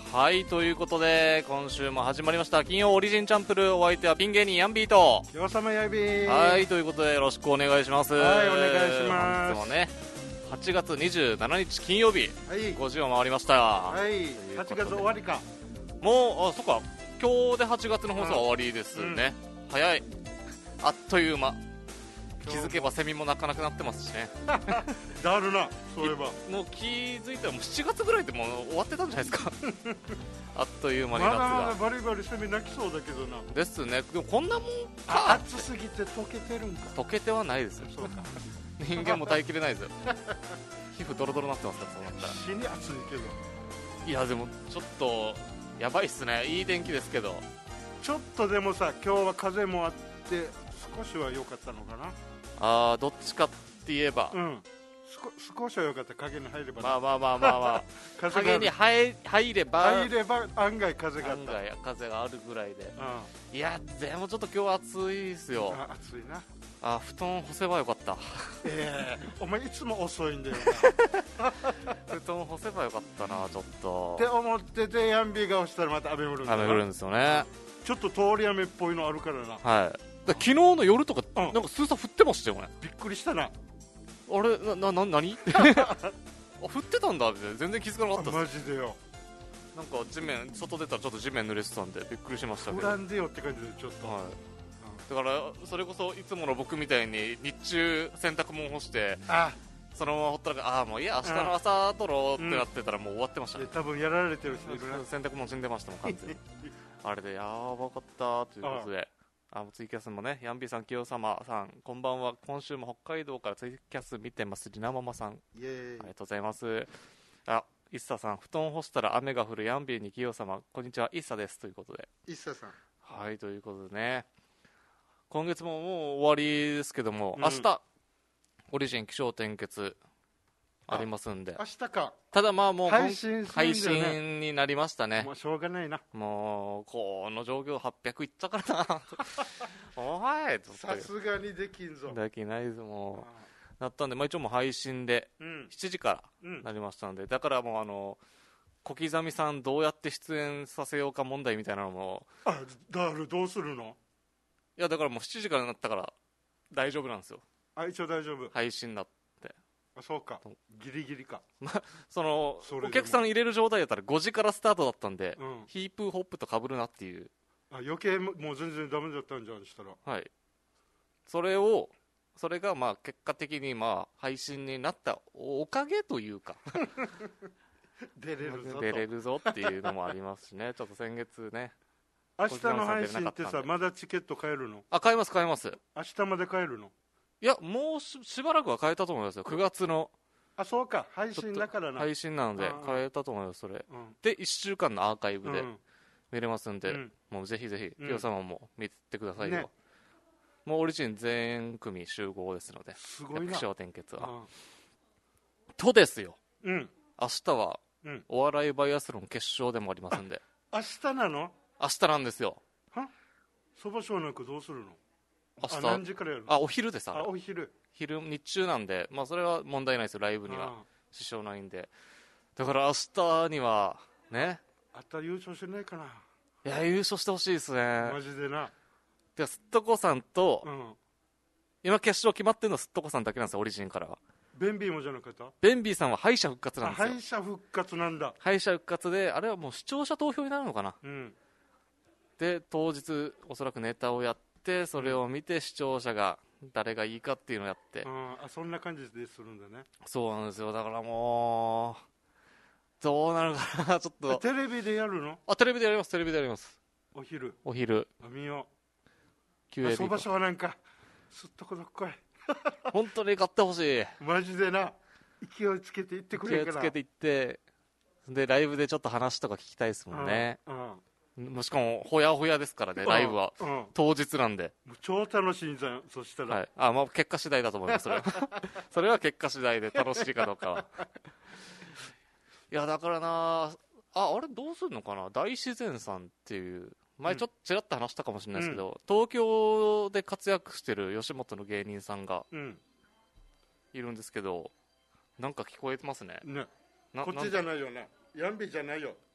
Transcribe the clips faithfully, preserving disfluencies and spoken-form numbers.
はい、ということで今週も始まりました金曜オリジンチャンプルー。お相手はピン芸人ヤンビーとよさまやびー。 はい、ということでよろしくお願いします。 はい、お願いします。 本日もねはちがつにじゅうしちにち金曜日、はい、ごじを回りました。 はい、はちがつ終わりか。 もう、あ、そっか、今日ではちがつの放送は終わりですね、うん、早い、あっという間。気づけばセミも鳴かなくなってますしねだるな、そういえばもう気づいたらもうしちがつぐらいでもう終わってたんじゃないですかあっという間に夏がまだまだバリバリセミ鳴きそうだけどな。 ですね。でもこんなもんか。 暑すぎて溶けてるんか。 溶けてはないですよ。そうか人間も耐えきれないですよ皮膚ドロドロになってますからそうなったら。 死に暑いけど。 いやでもちょっとやばいっすね。いい天気ですけどちょっとでもさ、今日は風もあって少しは良かったのかな。 あー、どっちかって言えば、うん、 少しは良かった。影に入れば、ね、 まあまあまあまあまあ風影に入入れば入れば案外風があった。 案外風があるぐらいで、うん、いやでもちょっと今日は暑いですよ。 あ、暑いな。 あ、布団干せばよかった。 ええー、お前いつも遅いんだよな布団干せばよかったな、ちょっとって思ってて、ヤンビーが押したらまた雨降るんだよ。 雨降るんですよね。 ちょっと通り雨っぽいのあるからな。 はい。昨日の夜とか、うん、なんかスーサー降ってましたよね。 びっくりしたな。 あれ、な、な、な、何あ、降ってたんだって全然気づかなかったっす。 マジでよ。 なんか地面、外出たらちょっと地面濡れてたんでびっくりしましたけど。 降らんでよって感じでちょっと、はい、 うん、だからそれこそいつもの僕みたいに日中洗濯物干してあそのままほったらああもういや明日の朝取ろうってなってたらもう終わってましたね、 うん、多分やられてる人いるな。 洗濯物死んでましたもん完全にあれでやばかったということで、あツイキャスもね、ヤンビーさん、清様さん、こんばんは。今週も北海道からツイキャス見てます。りなママさん、 イエーイ、 ありがとうございます。あ、イッサさん、布団干したら雨が降るヤンビーに清様、こんにちは、イッサですということで。 イッサさん、 はい、ということでね、今月ももう終わりですけども、うん、明日オリジン起承転結ありますんで。 明日か。 ただまあもう配信、ね、 配信になりましたね。 もうしょうがないな。 もうこの状況はっぴゃくいったからなお前さすがにできんぞ。 できないですもう。なったんで、まあ、一応もう配信でしちじからなりましたので、うん、だからもうあの小刻みさんどうやって出演させようか問題みたいなのも。 あ、だからどうするの。 いやだからもうしちじからになったから大丈夫なんですよ。 あ、一応大丈夫。 配信になって。 あ、そうか、ギリギリか。 まあ、そのお客さん入れる状態だったらごじからスタートだったんで、うん、ヒープホップと被るなっていう。 あ、余計もう全然ダメだったんじゃんしたら。 はい。それをそれがまあ結果的にまあ配信になったおかげというか出れるぞと出れるぞっていうのもありますしね。ちょっと先月ね。 明日の配信ってさ、まだチケット買えるの？ あ、買えます買えます。 明日まで買えるの？ いやもう し, しばらくは買えたと思いますよ。くがつの。 あ、そうか、配信だからな。 配信なので買えたと思います。それ、うん、でいっしゅうかんのアーカイブで見れますんで、うん、もうぜひぜひ清様も見てくださいよ、ね、もうオリジン全組集合ですので、 すごいな。 起承転結は、うん、とですよ、 うん、 明日はお笑いバイアスロン決勝でもありますんで。 明日なの？ 明日なんですよ。 は？そば少年くどうするの？ 明日、 あ、何時からやるの？ あ、お昼です。 あ、お昼。 昼、日中なんで、まあそれは問題ないですよ。ライブには支障ないんで。だから明日にはね、 あったら優勝しないかな。 いや優勝してほしいですね。 マジでな。 ですっとこさんと、 うん、 今決勝決まってるのはすっとこさんだけなんですよ。オリジンからは。 ベンビーもじゃなかった？ ベンビーさんは敗者復活なんですよ。 敗者復活なんだ。 敗者復活で、あれはもう視聴者投票になるのかな、 うん、 で当日おそらくネタをやってそれを見て視聴者が誰がいいかっていうのをやって、 うん、あ、そんな感じでするんだね。 そうなんですよ。だからもうどうなるかなちょっと。 テレビでやるの？ あ、テレビでやります。テレビでやります。 お昼。 お昼。 あ、見よう。 キューエービー。 そばしょはなんかすっとこどっこい本当に買ってほしい。 マジでな。勢いつけていってくれるから。 勢いつけていってでライブでちょっと話とか聞きたいですもんね。 うん、 うん、しかもほやほやですからね、ライブは、うん、当日なんで超楽しいんじゃん。そしたら、 はい、あ、まあ、結果次第だと思いますそれはそれは結果次第で楽しいかどうかはいやだからなあ、あれどうするのかな。大自然さんっていう前ちょっとちらっと話したかもしれないですけど、うん、東京で活躍してる吉本の芸人さんがいるんですけど、なんか聞こえてますね。 ね、こっちじゃないよな。ヤンビーじゃないよ。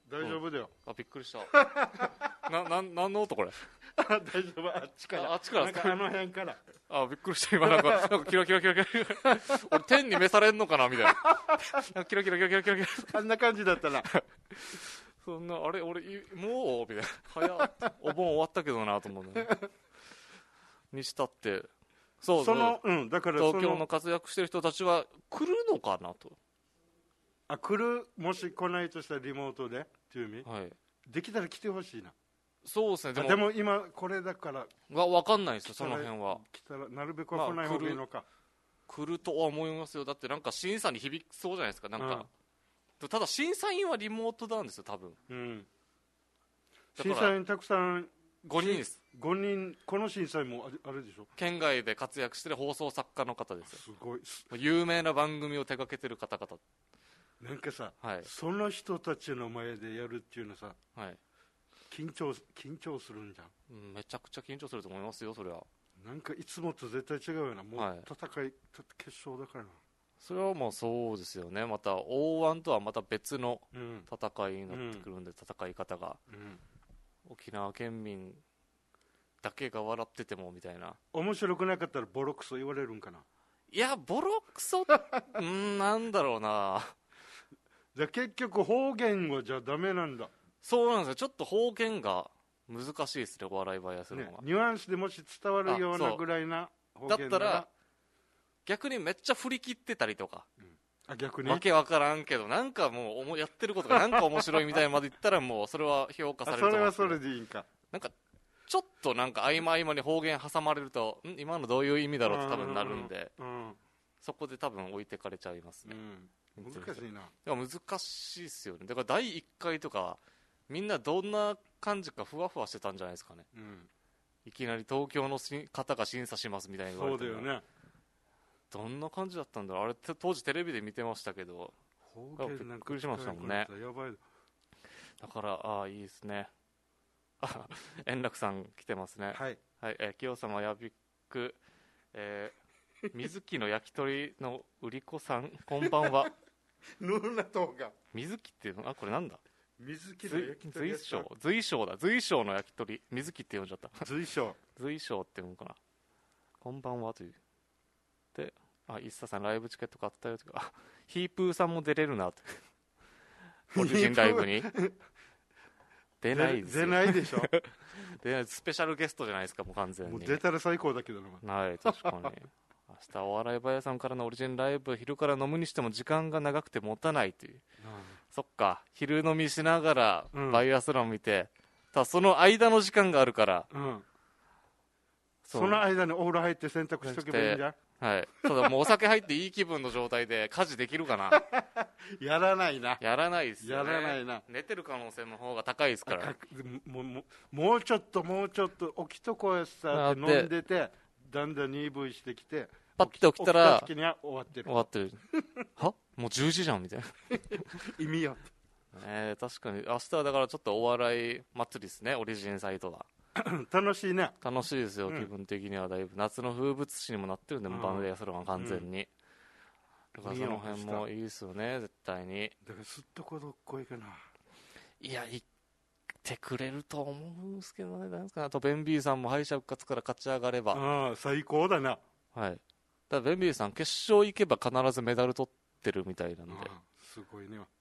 大丈夫だよ、 あ、びっくりしたな、な、なんの音これ大丈夫、あっちからああっちからなんかあの辺からあ、びっくりした今なんかなんかキラキラキラキラキラ俺天に召されんのかなみたいななんかキラキラキラキラキラキラあんな感じだったなそんなあれ俺いもうみたいな早っお盆終わったけどなと思うねにしたってそうその、うん、だからその東京の活躍してる人たちは来るのかなと、 あ来る、もし来ないとしたらリモートでっていう意味、 はい、 できたら来てほしいな。 そうですね。でもでも今これだからわ分かんないですよその辺は。 来たらなるべくは来ない方がいいのか、 まあ、来るとは思いますよ。だってなんか審査に響きそうじゃないですかなんか、うん、ただ審査員はリモートなんですよ多分、うん、 審査員たくさんごにんです。 ごにん、この審査員もあれでしょ、 県外で活躍してる放送作家の方ですよ。 すごい有名な番組を手掛けてる方々 なんかさ、 はい、 その人たちの前でやるっていうのさ、 はい、 緊張緊張するんじゃん、 うん、めちゃくちゃ緊張すると思いますよそれは。 なんかいつもと絶対違うよな、もう戦い、はい、決勝だからな。 それはもうそうですよね。また オーワン とはまた別の戦いになってくるんで、うん、戦い方が、うん、沖縄県民だけが笑っててもみたいな。 面白くなかったらボロクソ言われるんかな。 いやボロクソんなんだろうなじゃあ結局方言はじゃダメなんだ。 そうなんですよ。ちょっと方言が難しいですねお笑いバイアスの方が、ね、 ニュアンスでもし伝わるようなぐらいな方言だったら逆にめっちゃ振り切ってたりとか、うん、 あ逆にわけわからんけどなんかもうやってることがなんか面白いみたいなまで言ったらもうそれは評価されると思うんですけど、 それはそれでいいんか。 なんかちょっとなんか合間合間に方言挟まれるとん今のどういう意味だろうって多分なるんで、うんうんうん、そこで多分置いてかれちゃいますね、 うん、難しいな。 でも難しいですよね。だからだいいっかいとかみんなどんな感じかふわふわしてたんじゃないですかね、うん、いきなり東京の方が審査しますみたいな言われて。そうだよね。どんな感じだったんだろう。あれ当時テレビで見てましたけどびっくりしましたもんね。 やばい。 だからああいいですね。あ円楽さん来てますね。 はい、 はい、えー、清様やびっく、えー、水木の焼き鳥の売り子さんこんばんはヌーナトーが水木っていうのあこれなんだ水木の焼き鳥随賞随賞だ随賞の焼き鳥水木って呼んじゃった随賞随賞って読むかな。こんばんはというで、あ一茶さんライブチケット買ったよとか、あヒープーさんも出れるなとオリジンライブに出ないですよ。 出ないでしょでスペシャルゲストじゃないですかもう完全に。もう出たら最高だけどな。 はい確かに明日お笑いバヤさんからのオリジンライブ昼から飲むにしても時間が長くて持たないという、うん、そっか昼飲みしながらバイアスロン見て、うん、ただその間の時間があるから、うん、 そ, その間にお風呂入って洗濯しとけばいいんじゃん。 はい、ただもうお酒入っていい気分の状態で家事できるかなやらないな。 やらないですよね。 やらないな。 寝てる可能性の方が高いですからも も, もうちょっともうちょっと起きとこうさって飲んでてだんだん鈍いしてきてパッと起きたら起きた時には終わってる終わってるはもうじゅうじじゃんみたいな意味よ、 ね、確かに明日はだからちょっとお笑い祭りですねオリジンサイトが楽しいね。 楽しいですよ、うん、気分的にはだいぶ夏の風物詩にもなってるんで、うん、バンドやそれは完全に、うん、だからその辺もいいですよね絶対に。 だからすっとこどっこいかな。 いや行ってくれると思うんですけどね。なんですかね。あとベンビーさんも敗者復活から勝ち上がればああ最高だな。 はい。だベンビーさん決勝行けば必ずメダル取ってるみたいなんで。 すごいね。ん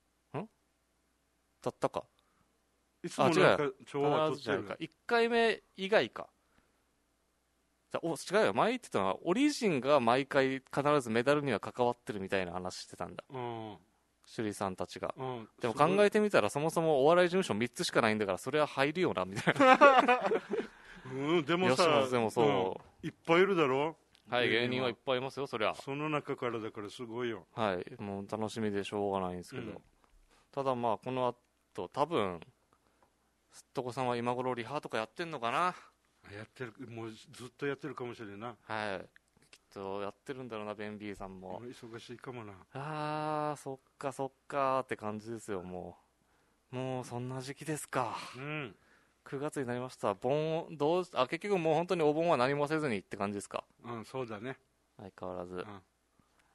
だったかいつもなんか調和取ってるかいっかいめ以外か。お違うよ前言ってたのはオリジンが毎回必ずメダルには関わってるみたいな話してたんだ、うん、趣里さんたちが、うん、でも考えてみたらそもそもお笑い事務所みっつしかないんだからそれは入るよなみたいなうん、でもさでもそう、うん、 いっぱいいるだろ。 はい芸人はいっぱいいますよそりゃ。 その中からだからすごいよ。 はいもう楽しみでしょうがないんですけど、うん、ただまあこの後多分すっとこさんは今頃リハとかやってんのかな。 やってるもうずっとやってるかもしれんな。 はいきっとやってるんだろうなベンビーさんも。 忙しいかもな。 あーそっかそっかって感じですよ。もうもうそんな時期ですか、うん、くがつになりました。盆どうあ結局もう本当にお盆は何もせずにって感じですか。 うんそうだね相変わらず、うん、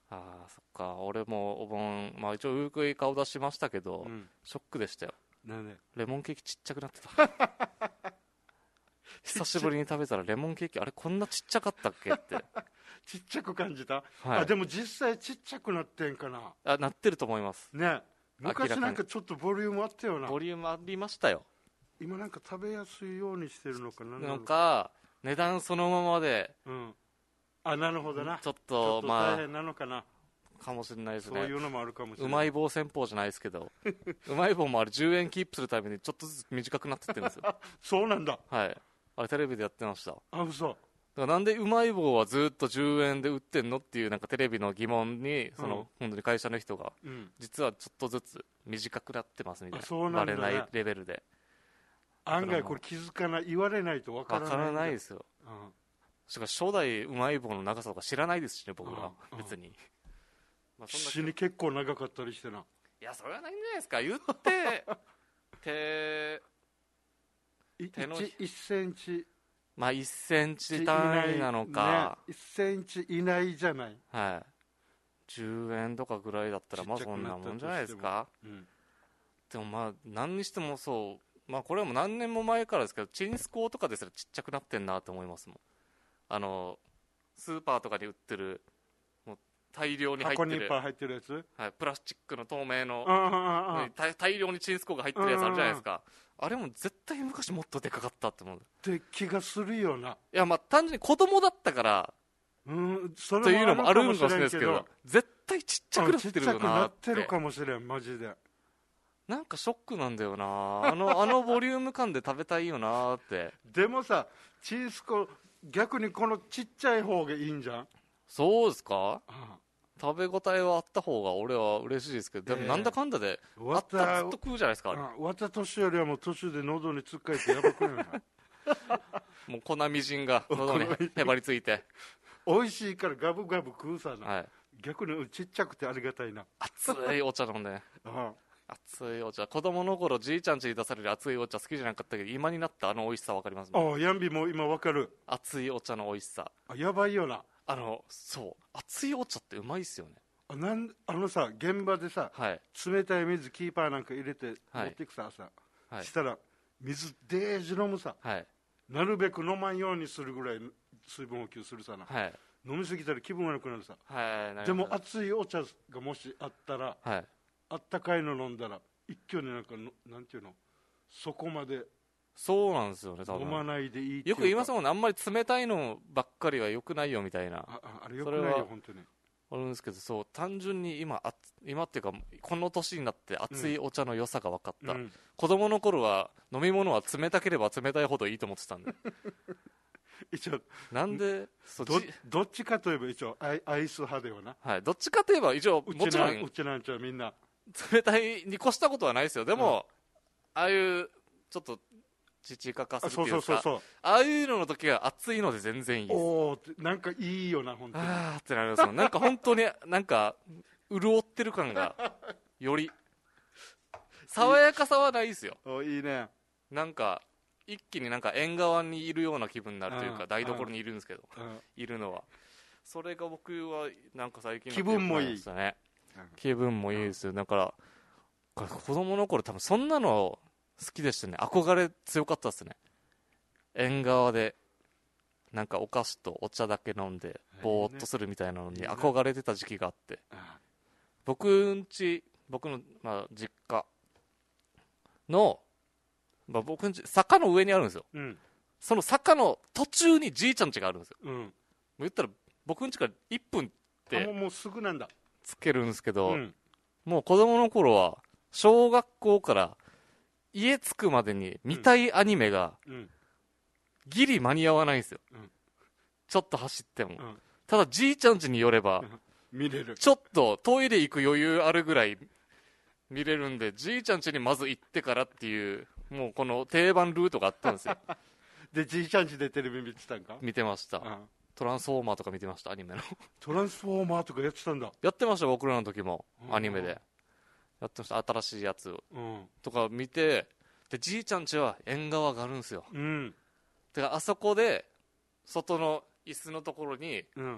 ああそっか。俺もお盆、まあ一応ウークイ顔出しましたけど、 うん、 ショックでしたよ。 なんでレモンケーキちっちゃくなってた久しぶりに食べたらレモンケーキあれこんなちっちゃかったっけってちっちゃく感じた、 はい、 あでも実際ちっちゃくなってんかな。 あなってると思いますね、昔明らかになんかちょっとボリュームあったよな。 ボリュームありましたよ。 今なんか食べやすいようにしてるのかな。 なんか値段そのままで、 うん、あなるほどな。 ちょっちょっととま大変なのかな、 あかもしれないですそうね。 いうのもあるかもしれない。 うまい棒戦法じゃないですけどうまい棒もあれじゅうえんキープするためにちょっとずつ短くなってってるんですよあそうなんだ。 はいあれテレビでやってました。だかあ嘘。 らなんでうまい棒はずっとじゅうえんで売ってんのっていうなんかテレビの疑問にその、 うん本当に会社の人がうん実はちょっとずつ短くなってますみたいな、 あそうなんだねバレないレベルで案外これ気づかない、言われないとわからない。 わからないですよ。 うんしかも初代うまい棒の長さとか知らないですしね僕らうん別に、まあ、そんな死に結構長かったりしてな。 いやそれはないんじゃないですか言って手い手のいちいっセンチまあいっセンチ単位なのか、 ね、いっセンチ以内じゃない、 はいじゅうえんとかぐらいだったらまあそんなもんじゃないですか。 うん、 でもまあ何にしてもそうまあこれはもう何年も前からですけどチンスコーとかですらちっちゃくなってんなと思いますもん。あのスーパーとかに売ってるもう大量に入ってる箱にいっぱい入ってるやつ、 はい、プラスチックの透明のああ大大量にチンスコーが入ってるやつあるじゃないですか。あれも絶対昔もっとでかかったって思う。 って気がするよな。 いやまあ単純に子供だったからうんそというのもあるんかもしれないんですけど絶対ちっちゃくなってるよちっちゃくななってってるかもしれんマジで。 なんかショックなんだよなあのあのボリューム感で食べたいよなってでもさチンスコ逆にこのちっちゃい方がいいんじゃん。 そうですか。 あ食べ応えはあった方が俺は嬉しいですけど、でもなんだかんだでああったらずっと食うじゃないですかあれ。 あわた年よりはもう途中で喉につっかえてやばくないもう粉みじんが喉にへばりついて美味しいからガブガブ食うさな、 はい逆にちっちゃくてありがたいな。 熱いお茶飲んであ熱いお茶子供の頃じいちゃん家に出される熱いお茶好きじゃなかったけど今になったあの美味しさ分かりますね。 あヤンビも今わかる。 熱いお茶の美味しさあやばいよな。 あのそう熱いお茶ってうまいっすよね。 あなんあのさ現場でさはい冷たい水キーパーなんか入れてはい持っていくさ、朝はいしたら水デージ飲むさ、 はいなるべく飲まんようにするぐらい水分補給するさな、 はい飲みすぎたら気分悪くなるさ。 はいなるでほども熱いお茶がもしあったらはいあったかいの飲んだら一挙になんかのなんていうのそこまでそうなんですよね多飲ま分ないでいいっていうかよく言いますもんねあんまり冷たいのばっかりは良くないよみたいなあああれよくないそれはよ本当に。 あるんですけどそう単純に今あ今っていうかこの年になって熱いお茶の良さが分かった、 うん子供の頃は飲み物は冷たければ冷たいほどいいと思ってたんで一応なんでそうどじどっちかといえば一応アイアイス派ではな。 はい、どっちかといえば一応うもちろなんうちなんちゃみんな冷たいに越したことはないですよでも、ああいうちょっと父かかすあっていううかそそうそうそうああいうのの時は熱いので全然いいです。 おおなんかいいよな本当に。 あーってなりますもんなんか本当になんか潤ってる感がより爽やかさはないですよ。 おいいね。 なんか一気になんか縁側にいるような気分になるといううんか台所にいるんですけどうんいるのはそれが僕はなんか最近気分もいい良くなりましたね。 うん気分もいいですよ。だからこれ子供の頃多分そんなの好きでしたね。憧れ強かったですね。縁側でなんかお菓子とお茶だけ飲んでぼーっとするみたいなのに憧れてた時期があってあ僕んち僕の、まあ、実家の、まあ、僕んち坂の上にあるんですよ。 うんその坂の途中にじいちゃん家があるんですよ。 うんもう言ったら僕ん家からいっぷんっあもうてもうすぐなんだ。 つけるんですけど、 うんもう子供の頃は小学校から家着くまでに見たいアニメがうんギリ間に合わないんですよ、 うんちょっと走っても、 うんただじいちゃん家によれば見れる。 ちょっとトイレ行く余裕あるぐらい見れるんでじいちゃん家にまず行ってからっていうもうこの定番ルートがあったんですよでじいちゃんちでテレビ見てたんか。 見てました。 あトランスフォーマーとか見てましたアニメのトランスフォーマーとかやってたんだ。 やってました僕らの時もうんアニメでやってました新しいやつうんとか見てでじいちゃん家は縁側があるんですよ。 うんてかあそこで外の椅子のところにうん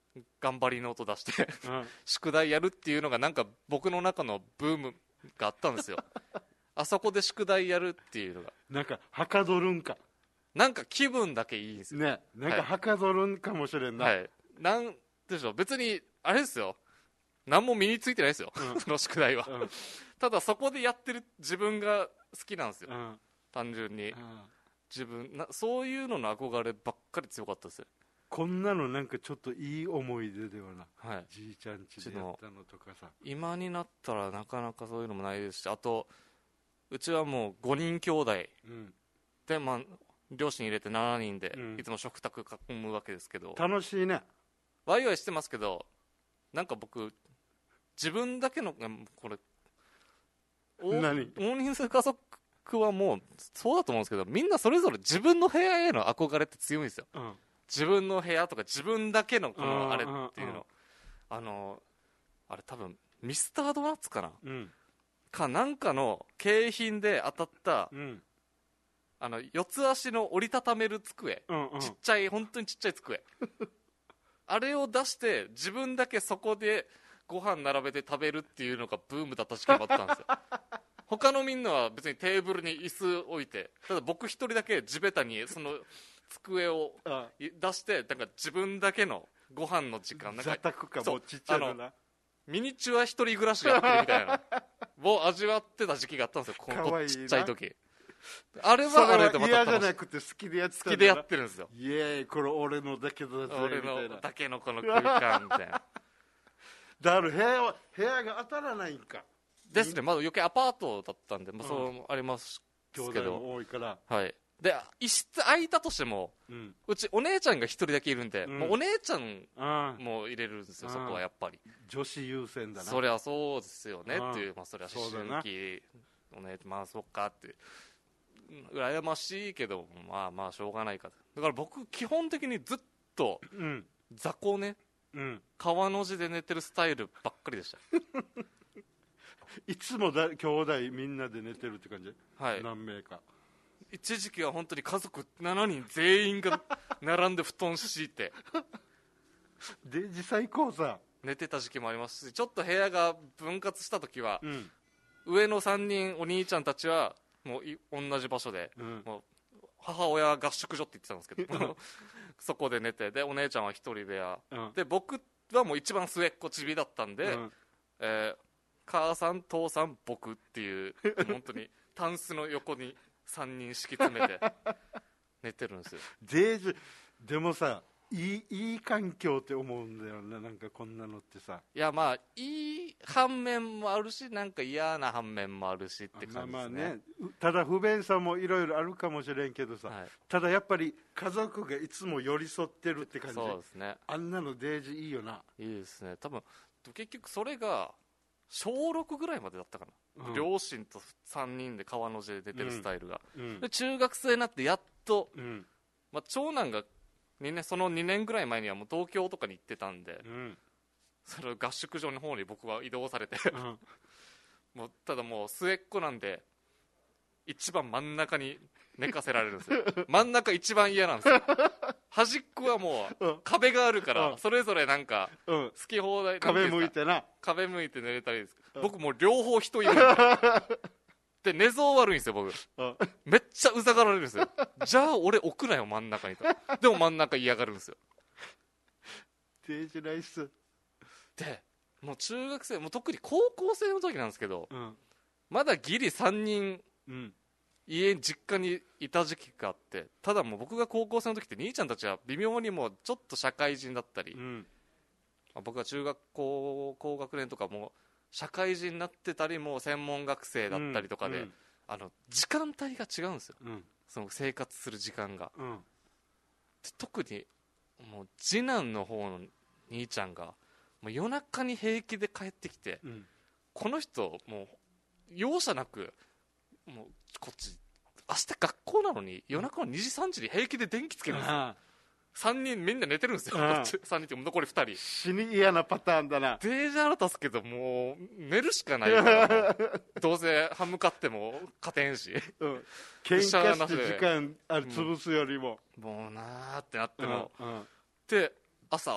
頑張りの音出してうん宿題やるっていうのがなんか僕の中のブームがあったんですよあそこで宿題やるっていうのがなんかはかどるんかなんか気分だけいいんですよね、なんかはかどるんかもしれんな、 はいなんでしょう別にあれですよ何も身についてないですよ、 うん、 その宿題は、 うん、 ただそこでやってる自分が好きなんですよ、 うん、 単純にうん、 自分なそういうのの憧ればっかり強かったですよこんなのなんかちょっといい思い出ではな、 はいじいちゃんちでやったのとかさ今になったらなかなかそういうのもないですしあとうちはもうごにん兄弟うんで、まあ、両親入れてしちにんで、 うんいつも食卓囲むわけですけど楽しいねワイワイしてますけどなんか僕自分だけのこれ何大人数家族はもうそうだと思うんですけどみんなそれぞれ自分の部屋への憧れって強いんですよ、 うん自分の部屋とか自分だけのこのあれっていううんうんうんのあのあれ多分ミスタードーナツかなうんかなんかの景品で当たったうんあの四つ足の折りたためる机、 うんうんちっちゃい本当にちっちゃい机あれを出して自分だけそこでご飯並べて食べるっていうのがブームだった時期もあったんですよ他のみんなは別にテーブルに椅子置いてただ僕一人だけ地べたにその机をあ出してなんか自分だけのご飯の時間なんか座卓かそうもうちっちゃいのなミニチュア一人暮らしやってるみたいなを味わってた時期があったんですよこかわいいなのちっちゃい時あれそれはあれでは嫌じゃまた楽しいなくて好きでやってたんだな好きでやってるんですよイエーイこれ俺のだけどだぜ俺みたいなのだけのこの空間みたいなだから部屋は部屋が当たらないんかですねまだ余計アパートだったんで、まあ、そうもあります兄弟けど、 も多いからはいで一室空いたとしてもうんうちお姉ちゃんが一人だけいるんで、 うんもうお姉ちゃんああも入れるんですようんそこはやっぱり女子優先だなそりゃそうですよねうんっていうまあそりゃ思そうだな春期お姉まあそっかって羨ましいけどまあまあしょうがないかだから僕基本的にずっとうん雑魚寝うん川の字で寝てるスタイルばっかりでしいつもだ兄弟みんなで寝てるって感じたはい何名か一時期は本当に家族しちにん全員が並んで布団敷いてで実際こうさ寝てた時期もありますしちょっと部屋が分割した時はうん上のさんにんお兄ちゃんたちはもうい同じ場所でうんもう母親は合宿所って言ってたんですけどそこで寝てでお姉ちゃんは一人部屋うんで僕はもう一番末っ子ちびだったんで、 うんえー母さん父さん僕っていう本当にタンスの横にさんにん敷き詰めて寝てるんですよデージでもさいいいい環境って思うんだよねなんかこんなのってさいやまあいい反面もあるしなんか嫌な反面もあるしって感じですね、 まあまあねただ不便さもいろいろあるかもしれんけどさ、 はい、 ただやっぱり家族がいつも寄り添ってるって感じそうですねあんなのデージいいよないいですね多分結局それがしょうろくぐらいまでだったかな、 うん両親とさんにんで川の字で出てるスタイルが、 うんで中学生になってやっと、 うんまあ、長男がにねんそのにねんぐらい前にはもう東京とかに行ってたんで、 うんそれを合宿所の方に僕は移動されてうんもうただもう末っ子なんで一番真ん中に寝かせられるんですよ真ん中一番嫌なんですよ端っこはもううん壁があるかうんらそれぞれなんかうん好き放題壁なんていうんですか向いてな壁向いて寝れたりですうん僕もう両方人いるんでで寝相悪いんですよ僕うんめっちゃうざがられるんですよじゃあ俺置くなよ真ん中にとでも真ん中嫌がるんですよデージナイスでもう中学生もう特に高校生の時なんですけどうんまだギリさんにんうん家実家にいた時期があってただもう僕が高校生の時って兄ちゃんたちは微妙にもうちょっと社会人だったり、 うんまあ僕が中学校高学年とかも社会人になってたりもう専門学生だったりとかで、 うんあの時間帯が違うんですようんその生活する時間がうんで特にもう次男の方の兄ちゃんがもう夜中に平気で帰ってきてうんこの人もう容赦なくもうこっち明日学校なのに夜中のにじさんじに平気で電気つけるんですよああさんにんみんな寝てるんですようんこっちさんにんって残りふたり死に嫌なパターンだなデージ腹立つけどもう寝るしかないからもうどうせ歯向かっても勝てんしうん喧嘩して時間ある潰すよりももうなーってなっても、 うんうんで朝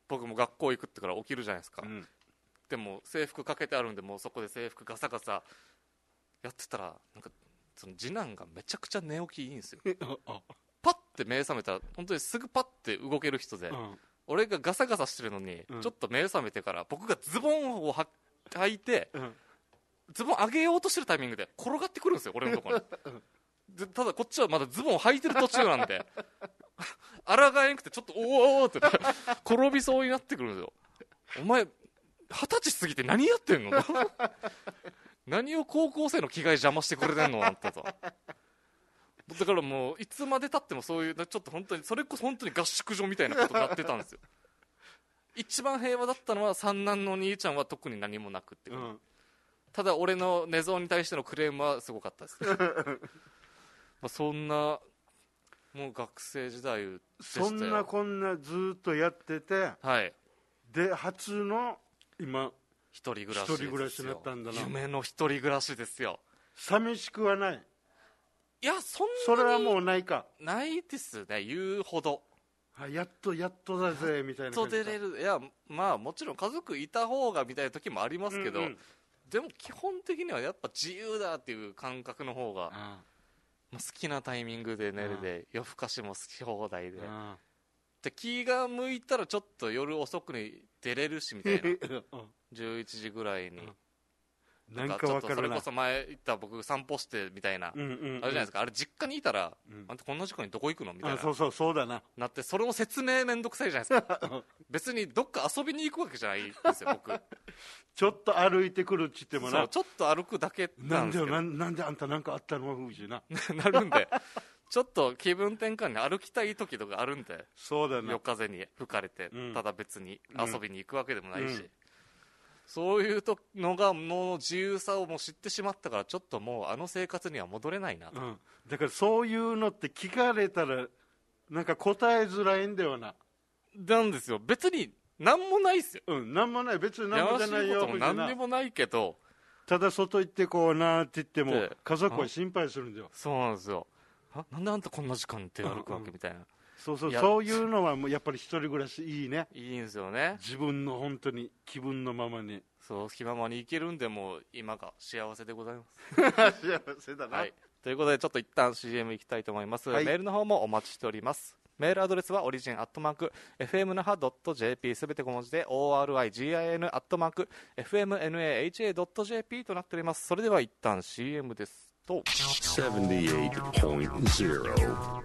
僕も学校行くってから起きるじゃないですか、 うん、 でも制服かけてあるんで、もうそこで制服ガサガサやってたら、なんかその次男がめちゃくちゃ寝起きいいんですよパッて目覚めたら本当にすぐパッて動ける人で、うん、俺がガサガサしてるのに、うん、ちょっと目覚めてから僕がズボンをは履いて、うん、ズボン上げようとしてるタイミングで転がってくるんですよ、俺のところにでただこっちはまだズボンを履いてる途中なんで抗えなくて、ちょっとおおって転びそうになってくるんですよ。お前二十歳過ぎて何やってんの何を高校生の着替え邪魔してくれてんのあんたと。だからもういつまでたってもそういうちょっと本当にそれこそ本当に合宿所みたいなことになってたんですよ一番平和だったのは三男のお兄ちゃんは特に何もなくって、うん、ただ俺の寝相に対してのクレームはすごかったですまあそんなもう学生時代でしたよ。 そんなこんなずっとやってて、 はい、 で初の今一人暮らしですよ。 一人暮らしになったんだな。 夢の一人暮らしですよ。 寂しくはない？ いや、そんなにそれはもうないか。 ないですね、言うほど。 やっとやっとだぜみたいな感じ。 やっと出れる。いや、まあもちろん家族いた方がみたいな時もありますけど、うんうん、でも基本的にはやっぱ自由だっていう感覚の方が、ああ、好きなタイミングで寝るで、夜更かしも好き放題で、ああ、で気が向いたらちょっと夜遅くに出れるしみたいなじゅういちじぐらいに、 なんかちょっとそれこそ前言った僕散歩してみたいな、うんうんうん、あれじゃないですか、あれ実家にいたら、うん、あんたこんな時間にどこ行くのみたいな、 そうそうそうだななって、それも説明めんどくさいじゃないですか別にどっか遊びに行くわけじゃないですよ僕ちょっと歩いてくるっちってもな、 そうちょっと歩くだけなんですけど、 なんでなんであんたなんかあったのふうじななるんでちょっと気分転換に歩きたい時とかあるんで、 そうだな、 夜風に吹かれて、うん、ただ別に遊びに行くわけでもないし、うんうん、そういうのがもう自由さをもう知ってしまったから、ちょっともうあの生活には戻れないなと、うん、 だからそういうのって聞かれたらなんか答えづらいんだよな。 なんですよ、別に何もないですよ、 うん、何もない、別に何もじゃないよ、 やらしいことも何にもないけど、 ただ外行ってこうなって言っても家族は心配するんだよ。 そうなんですよ、なんであんたこんな時間に出歩くわけみたいな、うん、 そうそう、そういうのはもうやっぱり一人暮らしいいね。 いいんですよね、 自分の本当に気分のままに、 そう気ままに行けるんで、もう今が幸せでございます幸せだな、 はい、ということでちょっと一旦 シーエム 行きたいと思います、はい、メールの方もお待ちしております。メールアドレスはオリジンアットマーク エフエムナハドットジェーピー すべて小文字で オーアールアイジーアイエヌ アットマーク エフエムナハドットジェーピー となっております。それでは一旦 シーエム ですとななじゅうはちてんゼロ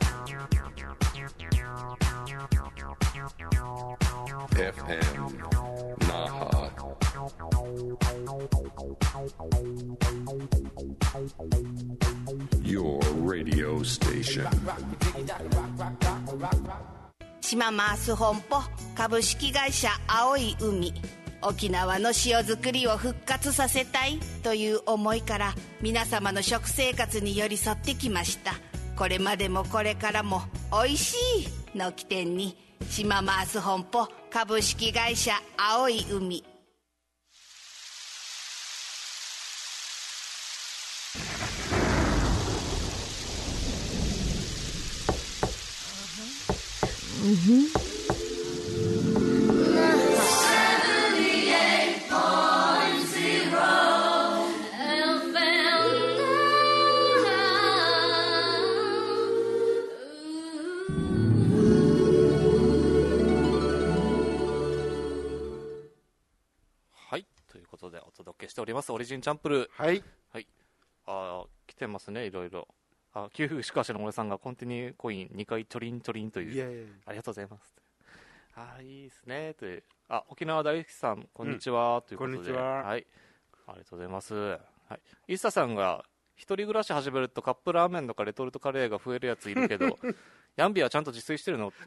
エフエム Naha Your radio station 島マース本舗株式会社青い海、沖縄の塩作りを復活させたいという思いから皆様の食生活に寄り添ってきました。これまでもこれからもおいしいの起点に島マース本舗株式会社青い海。 はい、ということでお届けしておりますオリジンチャンプルー。 はい、 はい、あ来てますね、いろいろ。あ、給付しかしの俺さんがコンティニューコインにかいチョリンチョリンという、 いやいやありがとうございます。あ、いいですねという。あ、沖縄大好きさんこんにちは、うん、ということで、 こんにちは、 はい、ありがとうございます。はい、イッサさんが一人暮らし始めるとカップラーメンとかレトルトカレーが増えるやついるけどヤンビはちゃんと自炊してるのって。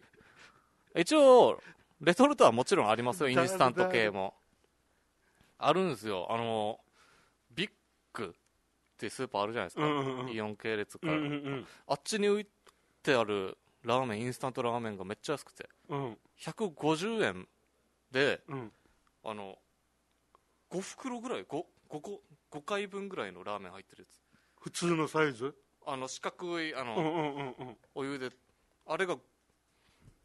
一応レトルトはもちろんありますよ、インスタント系もあるんですよ。あのビッグってスーパーあるじゃないですか、うんうんうん、イオン系列から、うんうんうん、あっちに売ってあるラーメン、インスタントラーメンがめっちゃ安くて、うん、ひゃくごじゅうえんで、うん、あのご袋ぐらい 5, 5, 個ごかいぶんぐらいのラーメン入ってるやつ、 普通のサイズ、 あの四角いあの、 うんうんうんうん、 お湯であれが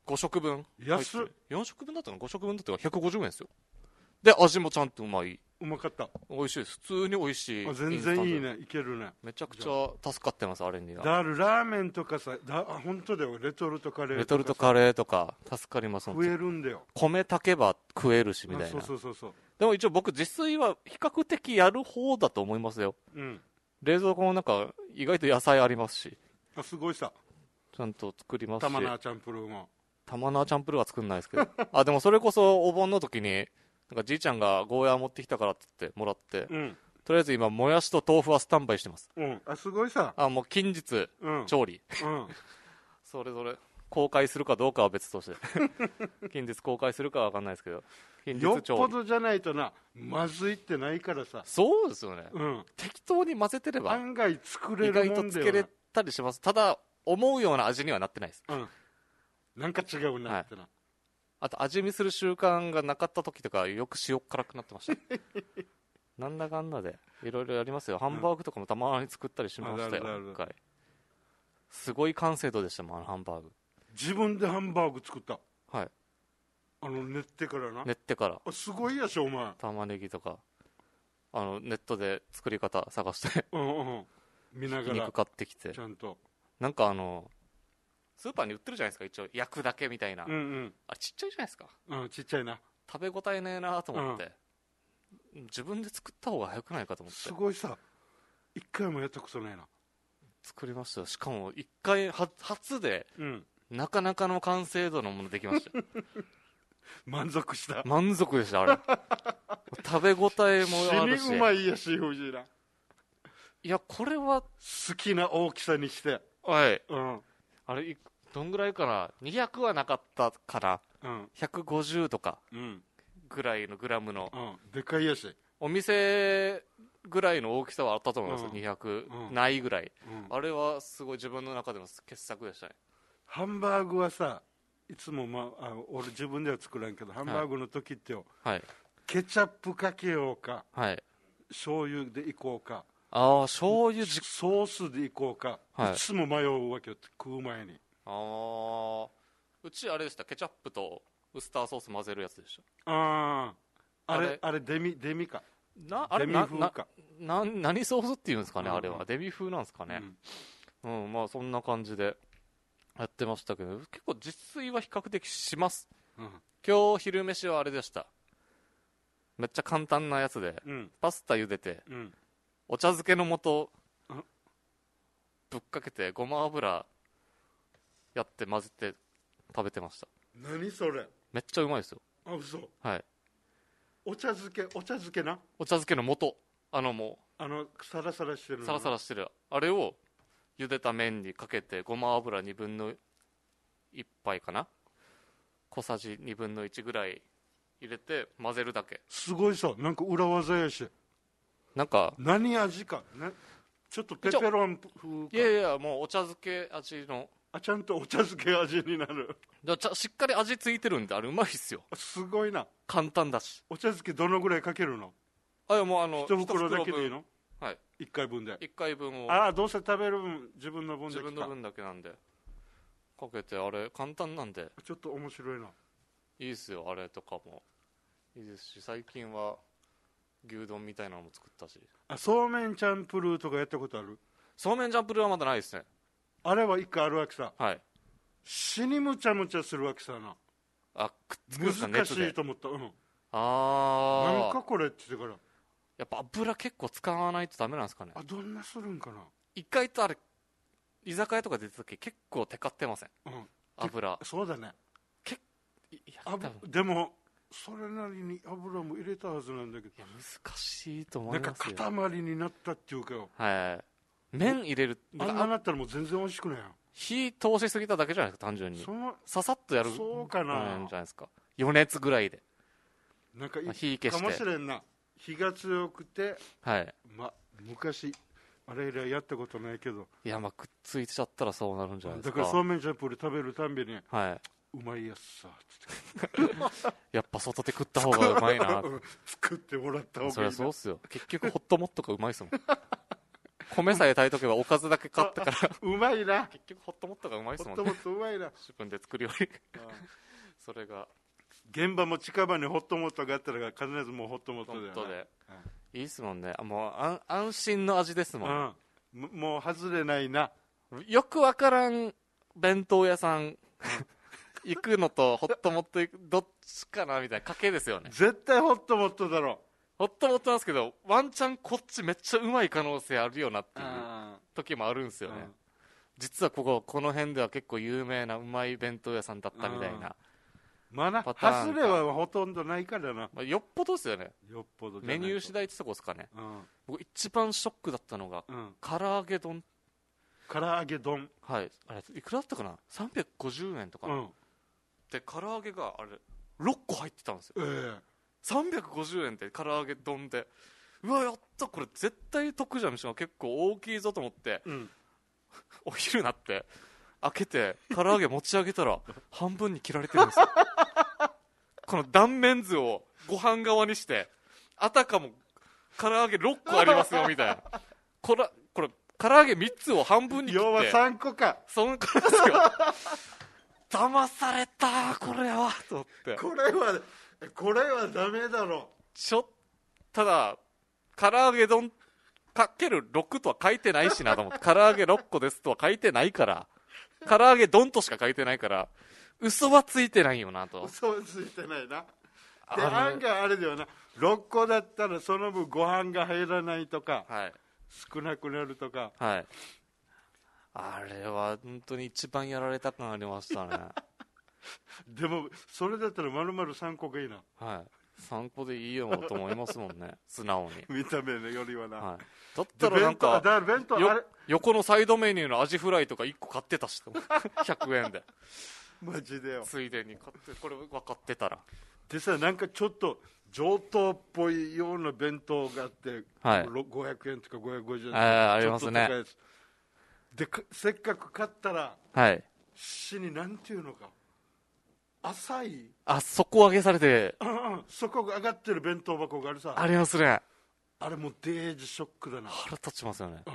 ご食分安っ。 よん食分だったの？ ご 食分だったらひゃくごじゅうえんですよ。で味もちゃんとうまい。 うまかった。 美味しいです。普通に美味しい。 あ全然いいね。いけるね。 めちゃくちゃ助かってます、あれには。 だるラーメンとかさ、だあ本当だよ。レトルトカレーとかさ。 レトルトカレーとか助かります。 食えるんだよ。 米炊けば食えるしみたいな。 そうそうそうそう。 でも一応僕自炊は比較的やる方だと思いますよ。 うん。 冷蔵庫の中意外と野菜ありますし。 あすごいさ。 ちゃんと作りますし。 玉菜チャンプルーも。 玉菜チャンプルーは作んないですけど。あでもそれこそお盆の時になんかじいちゃんがゴーヤー持ってきたからって言ってもらって、 うん。 とりあえず今もやしと豆腐はスタンバイしてます。 うん。あすごいさ。 あもう近日、 うん、 調理。 うん。 それぞれ公開するかどうかは別として近日公開するかは分かんないですけど、近日調理。 よっぽどじゃないとな、まずいってないからさ。 そうですよね、 うん、 適当に混ぜてれば案外作れる意もんだよな。 外とつけれたりします。ただ思うような味にはなってないです、 うん、なんか違うなってな、はい、 あと味見する習慣がなかった時とかよく塩辛くなってましたなんだかんだでいろいろやりますよ。ハンバーグとかもたまに作ったりしましたよ、一回。すごい完成度でしたもん、あのハンバーグ。 自分でハンバーグ作った。 はい。 あの練ってからな。 練ってからあすごいやしお前。 玉ねぎとかあのネットで作り方探してうんうん見ながら肉買ってきて、 ちゃんとなんかあのスーパーに売ってるじゃないですか、一応焼くだけみたいな、 うんうん、 あちっちゃいじゃないですか。 うんちっちゃいな。 食べ応えねえなと思って、うん、自分で作った方が早くないかと思って。 すごいさ、一回もやったことないな。 作りましたよ。しかも一回は初で、 うん、 なかなかの完成度のものできました満足した。 満足でしたあれ食べ応えもあるし死にうまいやし藤井な。 いやこれは好きな大きさにして、 はい、 うん、 あれどんぐらいかな、にひゃくはなかったかな、うん、ひゃくごじゅうとかぐらいのグラムの、 うん、でかいやしお店ぐらいの大きさはあったと思います、うん、にひゃくないぐらい、うん、あれはすごい自分の中での傑作でしたね。 ハンバーグはさいつも、まあ、あ俺自分では作らんけどハンバーグの時ってよ、はい、ケチャップかけようか、はい、醤油でいこうか、 ああ醤油じソースでいこうか、はい、いつも迷うわけよ食う前に。 ああうちあれでした、ケチャップとウスターソース混ぜるやつでした。 あああれあれデミデミかなあれデミ風かなな何ソースっていうんですかね、うんうん、あれはデミ風なんですかね、うん、うん、まあそんな感じでやってましたけど、結構自炊は比較的します、うん、今日昼飯はあれでした。めっちゃ簡単なやつで、うん、パスタ茹でて、うん、お茶漬けの素ぶっかけてごま油やって混ぜて食べてました。 何それ、 めっちゃうまいですよ。 あ嘘。 はい、 お茶漬け、お茶漬けな、 お茶漬けの素、あのもうあのサラサラしてるのサラサラしてるあれを茹でた麺にかけてごま油にぶんのいっぱいかな、小さじにぶんのいちぐらい入れて混ぜるだけ。 すごいさ、なんか裏技やし、なんか何味かね、ちょっとペペロン風か。 いやいやもうお茶漬け味の、 あちゃんとお茶漬け味になる。 だちゃしっかり味ついてるんであれうまいっすよ。 すごいな。 簡単だし。 お茶漬けどのぐらいかけるの？ あいやもうあの一袋だけでいいの？ はい、 いっかいぶんでいっかいぶんを、 ああどうせ食べる分自分の分で自分の分だけなんでかけて、あれ簡単なんでちょっと面白いな。 いいっすよ、あれとかもいいですし、最近は牛丼みたいなのも作ったし。 あそうめんチャンプルーとかやったことある？ そうめんチャンプルーはまだないですね。 あれは一回あるわけさ。 はい、 死にむちゃむちゃするわけさな。 あくっつくんですか、 難しいと思った、うん、 ああなんかこれって言ってからやっぱ油結構使わないとダメなんですかね。 あどんなするんかな。 一回とあれ居酒屋とか出た時結構テカってません、うん、油。 そうだね。 けあでもそれなりに油も入れたはずなんだけど、いや難しいと思いますよ。 なんか塊になったっていうかよ、 はい、麺入れるあんななったらもう全然美味しくないよ。 火通しすぎただけじゃないですか、単純にささっとやるそうかな、 じゃないですか。余熱ぐらいでなんかいい火消してかもしれんな。火が強くて、 はい、 ま、昔あれ以来やったことないけど、 いやまあくっついちゃったらそうなるんじゃないですか。 だからそうめんチャンプル食べるたんびに、 はい、 うまいやつさってやっぱ外で食った方がうまいな作ってもらった方がいいな。 そりゃそうっすよ、結局ホットモットがうまいっすもん米さえ炊いとけばおかずだけ買ってからうまいな。 結局ホットモットがうまいですもんね。 ホットモットうまいな。 自分で作るよりそれが現場も近場にホットモットがあったら必ずもうホットモットだよね。 ホットで、うん、いいっすもんね。もうあ安心の味ですもん、 うん、もう外れないな。 よくわからん弁当屋さん行くのとホットモット行くどっちかなみたいな賭けですよね。 絶対ホットモットだろ。 ホットモットなんですけど、ワンチャンこっちめっちゃうまい可能性あるよなっていう時もあるんですよね。実はこここの辺では結構有名なうまい弁当屋さんだったみたいな。 まあな、外れはほとんどないからな、 まあ、よっぽどですよね。 よっぽどメニュー次第ってとこですかね、 うん、 僕一番ショックだったのが、うん、唐揚げ丼。 唐揚げ丼、 はい、あれいくらだったかな、さんびゃくごじゅうえんとか、うん、で唐揚げがあれろっこ入ってたんですよ、えー、さんびゃくごじゅうえんで唐揚げ丼で、うわやったこれ絶対得じゃん、しかも結構大きいぞと思って、うん、お昼になって開けて唐揚げ持ち上げたら半分に切られてるんですよこの断面図をご飯側にして、あたかも唐揚げろっこありますよみたいな、これこれ唐揚げみっつを半分に切って、 要はさんこか、 そんこですよ騙されたこれはと思って、 これはこれはダメだろ。 ちょただ唐揚げ丼かけるろくとは書いてないしなと思って、唐揚げろっこですとは書いてないから、唐揚げ丼としか書いてないから、嘘はついてないよなと。 嘘はついてないな。で案外あれだよな、ろっこだったらその分ご飯が入らないとか、はい、少なくなるとか、 はい、あれは本当に一番やられた感ありましたねでもそれだったら丸々さんこがいいな。 はい、さんこでいいよと思いますもんね素直に見た目よりはな、はい、 だったらなんか弁当よ横のサイドメニューのアジフライとかいっこ買ってたしひゃくえんでマジでよ、 ついでに買ってこれ分かってたら。 でさ、なんかちょっと上等っぽいような弁当があって、はい、ごひゃくえんとかごひゃくごじゅうえんとかあ, ありますね。 でせっかく買ったら、はい、死になんていうのか浅い、 あ底上げされて、 うんうん、底が上がってる弁当箱があるさ、 ありますね。 あれもうデージショックだな。 腹立ちますよね、うん、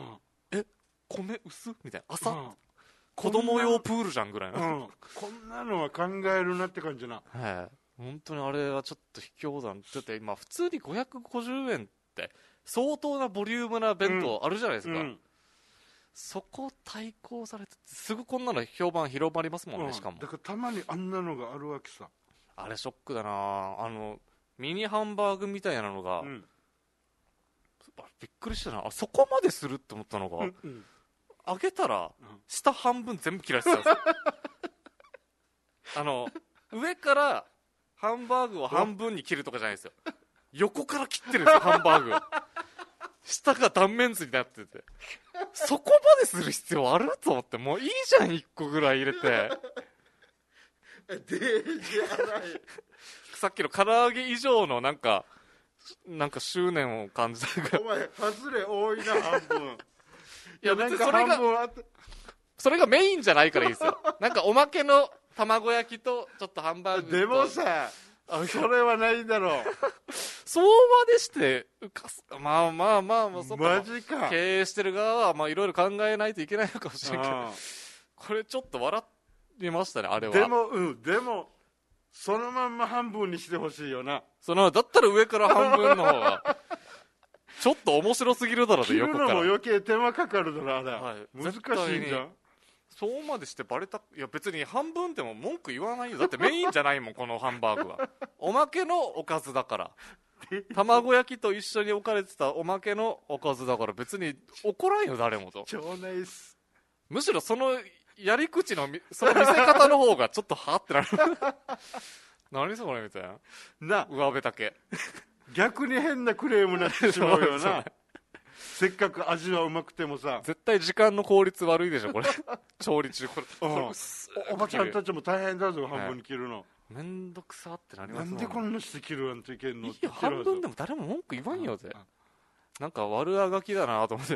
え米薄みたいな、朝、うん、子供用プールじゃんぐらいの、うん、 こんなのは考えるなって感じな。 はい、本当にあれはちょっと卑怯だ。だって今普通にごひゃくごじゅうえんって相当なボリュームな弁当あるじゃないですか、うんうん、そこ対抗されてすぐこんなの評判広まりますもんね、うん、しかもだからたまにあんなのがあるわけさ。 あれショックだな。あのミニハンバーグみたいなのが、うん、びっくりしたな。あそこまでするって思ったのが、うんうん、揚げたら下半分全部切られてたんですよあの上からハンバーグを半分に切るとかじゃないですよ、横から切ってるんですよハンバーグを下が断面図になってて、そこまでする必要あると思って、もういいじゃんいっこぐらい入れてデージ荒いさっきの唐揚げ以上のなんかなんか執念を感じたから、 お前外れ多いな半分いや別にそれがそれがメインじゃないからいいですよなんかおまけの卵焼きとちょっとハンバーグと。 でもさそれはないだろうそうまでして浮かす、まあまあまあ、まあ、そっか、 マジか。 経営してる側はいろいろ考えないといけないのかもしれないけど、これちょっと笑いましたねあれは。 でもうんでもそのまんま半分にしてほしいよな。 そのだったら上から半分の方がちょっと面白すぎるだろうね。 横から切るのも余計手間かかるだろあれ、はい、難しいんじゃん。 そうまでしてバレた。いや別に半分でも文句言わないよ。だってメインじゃないもんこのハンバーグはおまけのおかずだから卵焼きと一緒に置かれてたおまけのおかずだから別に怒らんよ誰もと。 超ナイス。 むしろそのやり口のその見せ方の方がちょっとはってなる何それみたいな、な上辺だけ逆に変なクレームになってしまうよなせっかく味はうまくてもさ。 絶対時間の効率悪いでしょこれ調理中これ、うん、これおばちゃんたちも大変だぞ半分に切るの、はい、 めんどくさってなりますもん。 なんでこんなして切るなんていけんの。いや半分でも誰も文句言わんよぜ、うん、なんか悪あがきだなと思って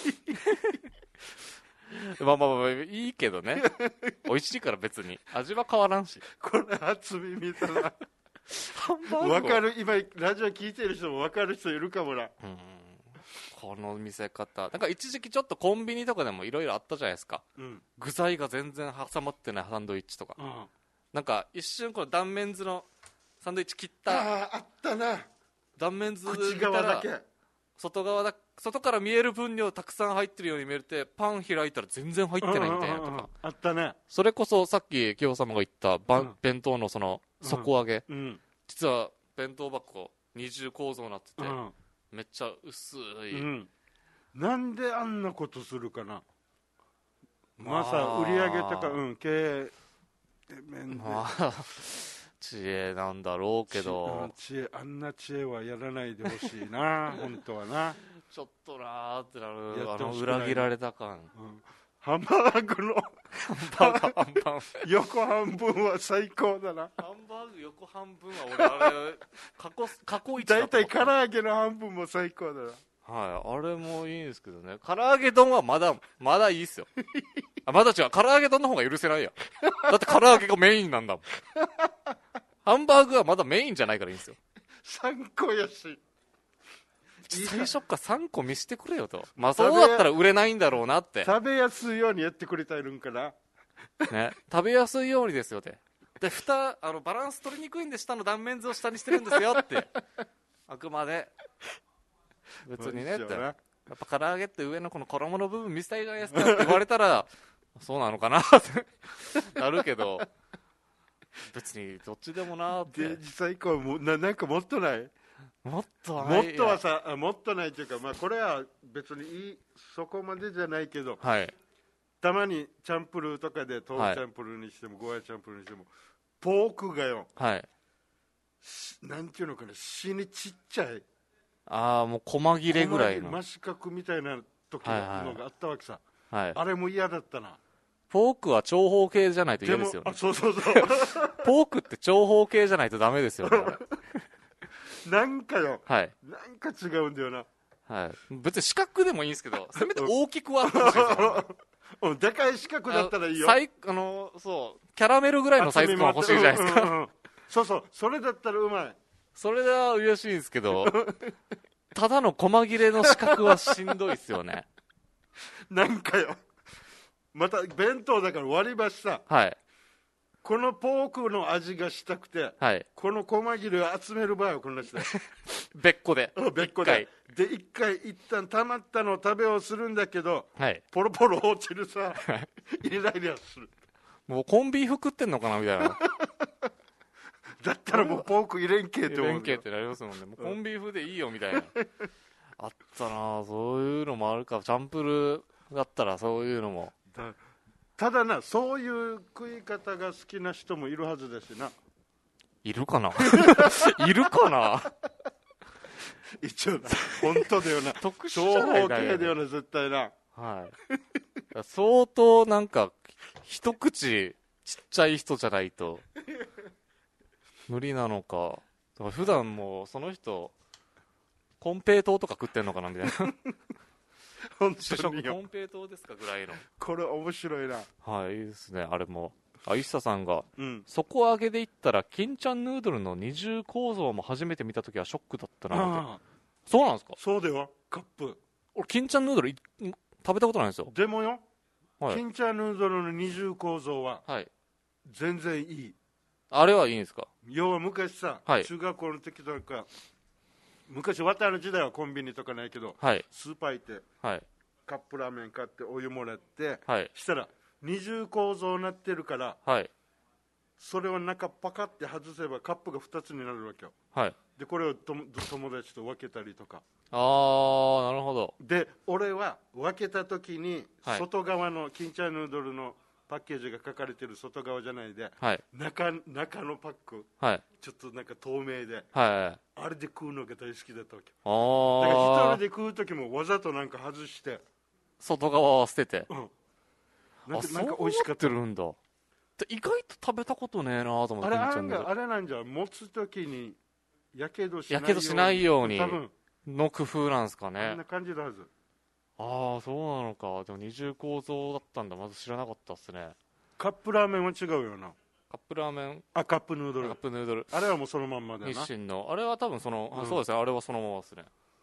まあまあまあいいけどね美味しいから別に味は変わらんし。 これ厚み見たら分かる。今ラジオ聞いてる人も分かる人いるかもな。うんこの見せ方なんか一時期ちょっとコンビニとかでもいろいろあったじゃないですか、うん、具材が全然挟まってないサンドイッチとか、うん、なんか一瞬この断面図のサンドイッチ切ったああったな断面図口側だけ外側だ外から見える分量たくさん入ってるように見えてパン開いたら全然入ってないみたいなとか、うんうんうん、 あったね。それこそさっき清様が言ったば、うん、弁当のその底上げ、うんうん、実は弁当箱二重構造になってて、うん、めっちゃ薄い、うん、 なんであんなことするかな。まあさ売り上げとか、うん、経営面で、まあ、 知恵なんだろうけど知恵あんな知恵はやらないでほしいな本当はなちょっとなーってなるあの裏切られた感、うん、 ハンバーグのハンバーグ半分横半分は最高だな。 ハンバーグ横半分は俺あれ過去過去一だだいたい唐揚げの半分も最高だな。 はい、あれもいいんですけどね。唐揚げ丼はまだまだいいっすよあまだ違う唐揚げ丼の方が許せないやだって唐揚げがメインなんだもんハンバーグはまだメインじゃないからいいんですよ。 さんこやし最初からさんこ見せてくれよと。まあそうだったら売れないんだろうなって。 食べやすいようにやってくれたいるんかなね、食べやすいようにですよってで蓋あのバランス取りにくいんで下の断面図を下にしてるんですよってあくまで別にねってやっぱ唐揚げって上のこの衣の部分見せたいじゃないですかって言われたらそうなのかなってなるけど別にどっちでもなーって。 で実際こうも な, なんかもっとないもっとはないもっとはさもっとないというか、まあ、これは別にいいそこまでじゃないけど、はい、たまにチャンプルーとかで豆腐チャンプルーにしても、はい、ゴーヤチャンプルーにしてもポークがよ、はい、なんていうのかな死にちっちゃいああもう細切れぐらいの真四角みたいな時のがあったわけさ、はいはい、あれも嫌だったな。 ポークは長方形じゃないと嫌ですよね。 あそうそうそうポークって長方形じゃないとダメですよねなんかよ、はい、なんか違うんだよな、 はい、別に四角でもいいんですけどせめて大きくはあってほしいですようん、でかい四角だったらいいよ。 ああのそうキャラメルぐらいのサイズ感欲しいじゃないですか、うんうんうん、 そうそうそれだったらうまい。 それは嬉しいんですけどただの細切れの四角はしんどいっすよねなんかよまた弁当だから割り箸さ、はい、このポークの味がしたくて、はい、この細切れを集める場合はこんなして別個で別個でで一回一旦溜まったのを食べをするんだけど、はい、ポロポロ落ちるさイライラする。 もうコンビーフ食ってんのかなみたいなだったらもうポーク入れんけって思う。 入れんけってなりますもんね。もうコンビーフでいいよみたいなあったなそういうのもあるか。チャンプルだったらそういうのもた, ただなそういう食い方が好きな人もいるはずだしな。 いるかないるかな一応な本当だよな特殊じゃないだよ、ね、 長方形だよな絶対な、 はい、相当なんか一口ちっちゃい人じゃないと無理なのか。だから普段もうその人コンペイトーとか食ってんのかなみたいな本当にコンペイトーですかぐらいの。 これ面白いな。 はい、いいですね。あれもあいっささんが、うん、底上げで言ったら金ちゃんヌードルの二重構造も初めて見たときはショックだったなって。そうなんですか。 そうだよカップ。 俺金ちゃんヌードル食べたことないんですよ。 でもよ、はい、金ちゃんヌードルの二重構造は、はい、全然いい。 あれはいいんですか。 要は昔さ、はい、中学校の時とか昔綿の時代はコンビニとかないけど、はい、スーパー行って、はい、カップラーメン買ってお湯もらって、はい、したら二重構造になってるから、はい、それを中パカって外せばカップがふたつになるわけよ、はい、でこれをと友達と分けたりとか。 あーなるほど。 で俺は分けた時に外側の金ちゃんヌードルのパッケージが書かれてる外側じゃないで、はい、中, 中のパック、はい、ちょっとなんか透明で、はい、あれで食うのが大好きだったわけ。あだから一人で食う時もわざとなんか外して外側は捨てて、うん、 なんかなんか美味しかった。 そうなってるんだ。意外と食べたことねえなと思って。 あれあんがあれなんじゃ持つ時にやけどしないようにやけどしないようにの工夫なんですかね。 あんな感じだはず。 ああそうなのか。でも二重構造だったんだ。まず知らなかったっすね。 カップラーメンは違うよな。 カップラーメンあカップヌードル。 カップヌードルあれはもうそのまんまだな。 日清のあれは多分その、うん、そうですねあれはそのままですね。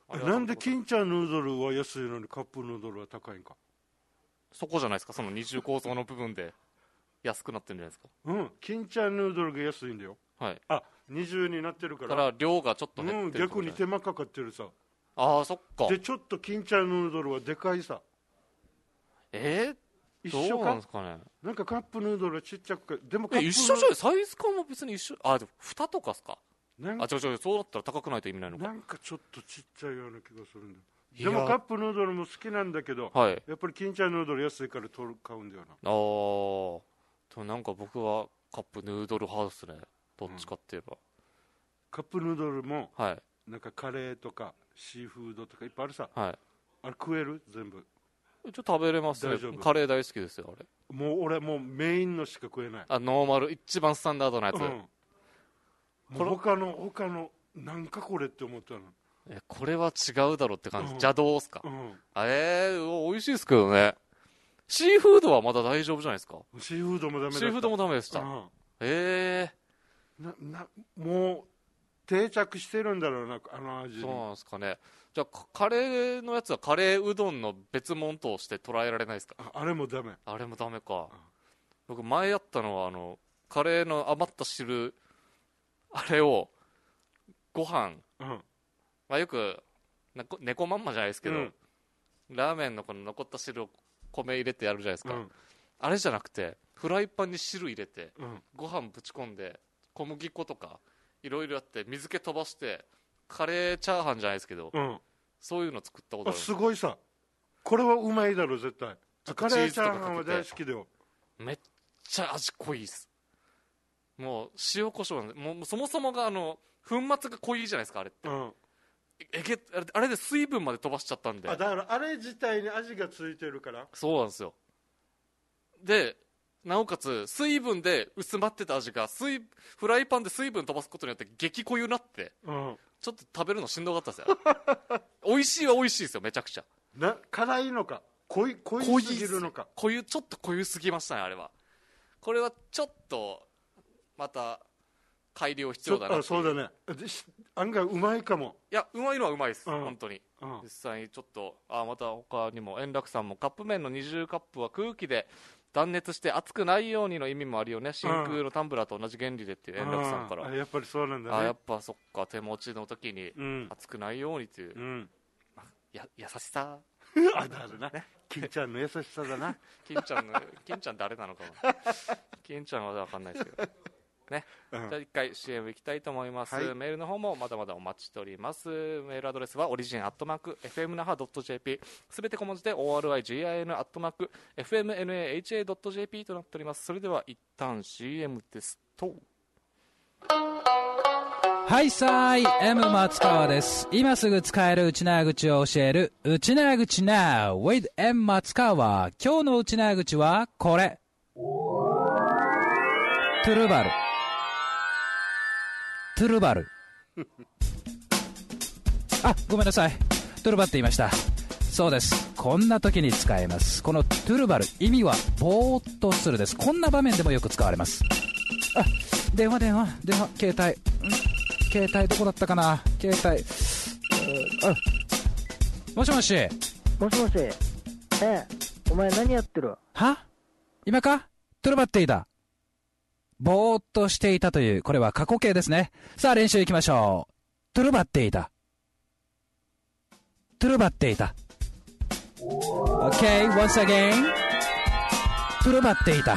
なんで金ちゃんヌードルは安いのにカップヌードルは高いんか。 そこじゃないですか、その二重構造の部分で安くなってるんじゃないですか。 うん、金ちゃんヌードルが安いんだよ。 はい。 あ、二重になってるから。 だから量がちょっと減ってる、 うん、逆に手間かかってるさ。 ああ、そっか。 でちょっと金ちゃんヌードルはでかいさ。 えー、一緒か。どうなんですかね。 なんかカップヌードルはちっちゃくでもカップえ一緒じゃない、サイズ感も別に一緒。あ、でも蓋とかっすか。 なんあ、違う違う、そうだったら高くないと意味ないのか。 なんかちょっとちっちゃいような気がするんだ。でもカップヌードルも好きなんだけど、はい、やっぱり金ちゃんヌードル安いから取る買うんだよな。ああ、 でもなんか僕はカップヌードルハウスね、どっちかって言えば、うん、 カップヌードルも、 はい、 なんかカレーとかシーフードとかいっぱいあるさ、 はい、 あれ食える全部。 ちょっと食べれますね。カレー大好きですよあれ。 もう俺もうメインのしか食えない。 あ、ノーマル一番スタンダードなやつ、うん、 もう他の他のなんかこれって思ったの。 えこれは違うだろって感じ、うん、邪道っすか、うん、えー、美味しいですけどね。シーフードはまだ大丈夫じゃないですか。 シーフードもダメだった。 シーフードもダメでした、うん、ええー、ななもう定着してるんだろうな、あの味に。 そうなんですかね。じゃあカレーのやつはカレーうどんの別物として捉えられないですか。 あ, あれもダメ。 あれもダメか、うん、僕前やったのはあのカレーの余った汁あれをご飯、うん、まあ、よく猫まんまじゃないですけど、うん、ラーメンのこの残った汁を米入れてやるじゃないですか、うん、あれじゃなくてフライパンに汁入れて、うん、ご飯ぶち込んで小麦粉とかいろいろやって水気飛ばしてカレーチャーハンじゃないですけど、うん、そういうの作ったことある。 あ、すごいさ、これはうまいだろ絶対。カレーチャーハンは大好きだよ。 めっちゃ味濃いです。もう塩コショウなんで、もうそもそもがあの粉末が濃いじゃないですかあれって、うん、えげあれで水分まで飛ばしちゃったんで。 あ、だからあれ自体に味がついてるから。 そうなんですよ。でなおかつ水分で薄まってた味が水フライパンで水分飛ばすことによって激濃ゆになって、うん、ちょっと食べるのしんどかったですよ美味しいは美味しいですよ、めちゃくちゃ。 な辛いのか濃い濃いすぎるのか。 濃ゆちょっと濃ゆすぎましたねあれは。これはちょっとまた改良必要だな。 あ、そうだね。案外うまいかも。 いや、うまいのはうまいです、うん、本当に、うん、実際にちょっとあまた他にも円楽さんもカップ麺の二重カップは空気で断熱して熱くないようにの意味もあるよね、真空のタンブラーと同じ原理でっていう円楽さんから。 あ、やっぱりそうなんだね。 あ、やっぱそっか、手持ちの時に熱くないようにっていう、うん、や優しさあ、だるな、ね、金ちゃんの優しさだな金ちゃんの金ちゃん誰なのかな金ちゃんは分かんないですけどね、うん、じゃあ一回 シーエム いきたいと思います、はい、メールの方もまだまだお待ちしております。メールアドレスはオリジンアットマーク エフエムナハドットジェーピー すべて小文字で オーアールアイジンアットマーク エフエムエヌエーエイチエードットジェーピー となっております。それでは一旦 シーエム ですと。 はいさーい M 松川です。今すぐ使える内縄口を教える内縄口 Now with M 松川。今日の内縄口はこれ、トゥルバルトゥルバルあ、ごめんなさい、トゥルバって言いました。そうです、こんな時に使えます。このトゥルバル、意味はぼーっとするです。こんな場面でもよく使われます。あ、電話電話電話、携帯ん携帯どこだったかな、携帯、あ、もしもしもしもし、ええ、お前何やってる？ は？今か？トゥルバっていた。ぼーっとしていたという、これは過去形ですね。さあ練習いきましょう。トゥルバっていた。トゥルバっていた。 OK, once again トゥルバっていた。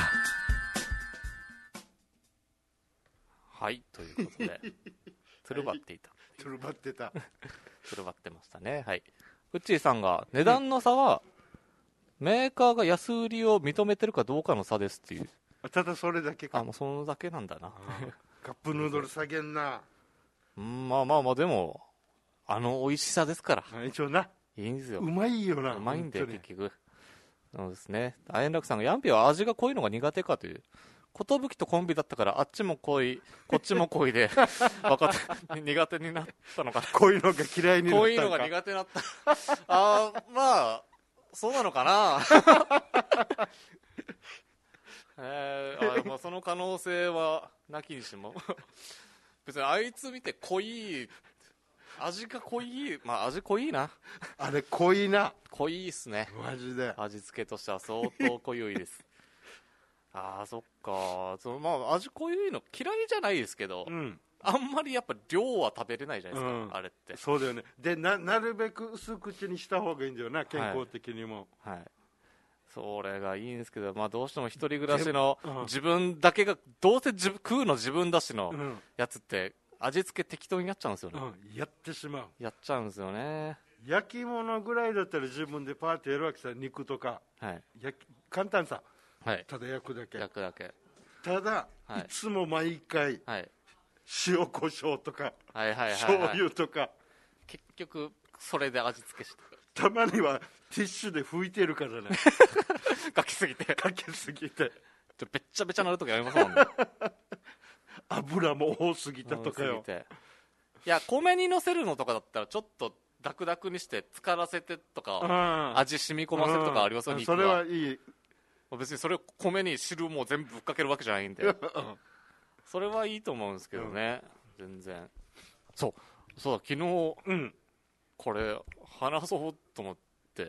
はい、ということでトゥルバっていたトゥルバってたトゥルバってましたね。はい、ウッチーさんが値段の差は、うん、メーカーが安売りを認めてるかどうかの差ですっていう。 ただそれだけか。 あ、もうそのだけなんだなカップヌードル下げんな。 うん、まあまあまあ、でもあの美味しさですから一応ないいんですよ。 うまいよな。 うまいんで結局。そうですね。円楽さんがヤンピは味が濃いのが苦手かという。寿とコンビだったからあっちも濃いこっちも濃いで分かった苦手になったのかな。 濃いのが嫌いになったんか。 濃いのが苦手になったあー、まあそうなのかなえー、あ、まあ、その可能性はなきにしも別にあいつ見て濃い味が濃い、まあ味濃いな。 あれ濃いな。 濃いっすね。 マジで。 味付けとしては相当濃いです。ああ、そっか。そのまあ味濃いの嫌いじゃないですけど、うん、あんまりやっぱ量は食べれないじゃないですか、うん、あれって。 そうだよね。で な, なるべく薄口にした方がいいんだよな、健康的にも。 はい、はい、それがいいんですけど、まあ、どうしても一人暮らしの自分だけがどうせ自分食うの自分だしのやつって味付け適当にやっちゃうんですよね、 うん、やってしまう。 やっちゃうんですよね。 焼き物ぐらいだったら自分でパーってやるわけさ、肉とか、はい、焼き簡単さ、はい、ただ焼くだけ焼くだけ。 ただ、はい、いつも毎回、はい、塩コショウとか、 はいはいはいはい、 醤油とか、 結局それで味付けしてたまにはティッシュで拭いてるからねかけすぎてかけすぎてちょべっちゃべちゃなるときありますもんね油も多すぎたとかよ。 いや米にのせるのとかだったらちょっとダクダクにして浸からせてとか、うん、味染み込ませるとかありますよ、うん、 肉は。それはいい。 別にそれを米に汁も全部ぶっかけるわけじゃないんでそれはいいと思うんですけどね、うん、全然。そうそうだ、昨日、うん、これ話そうと思って、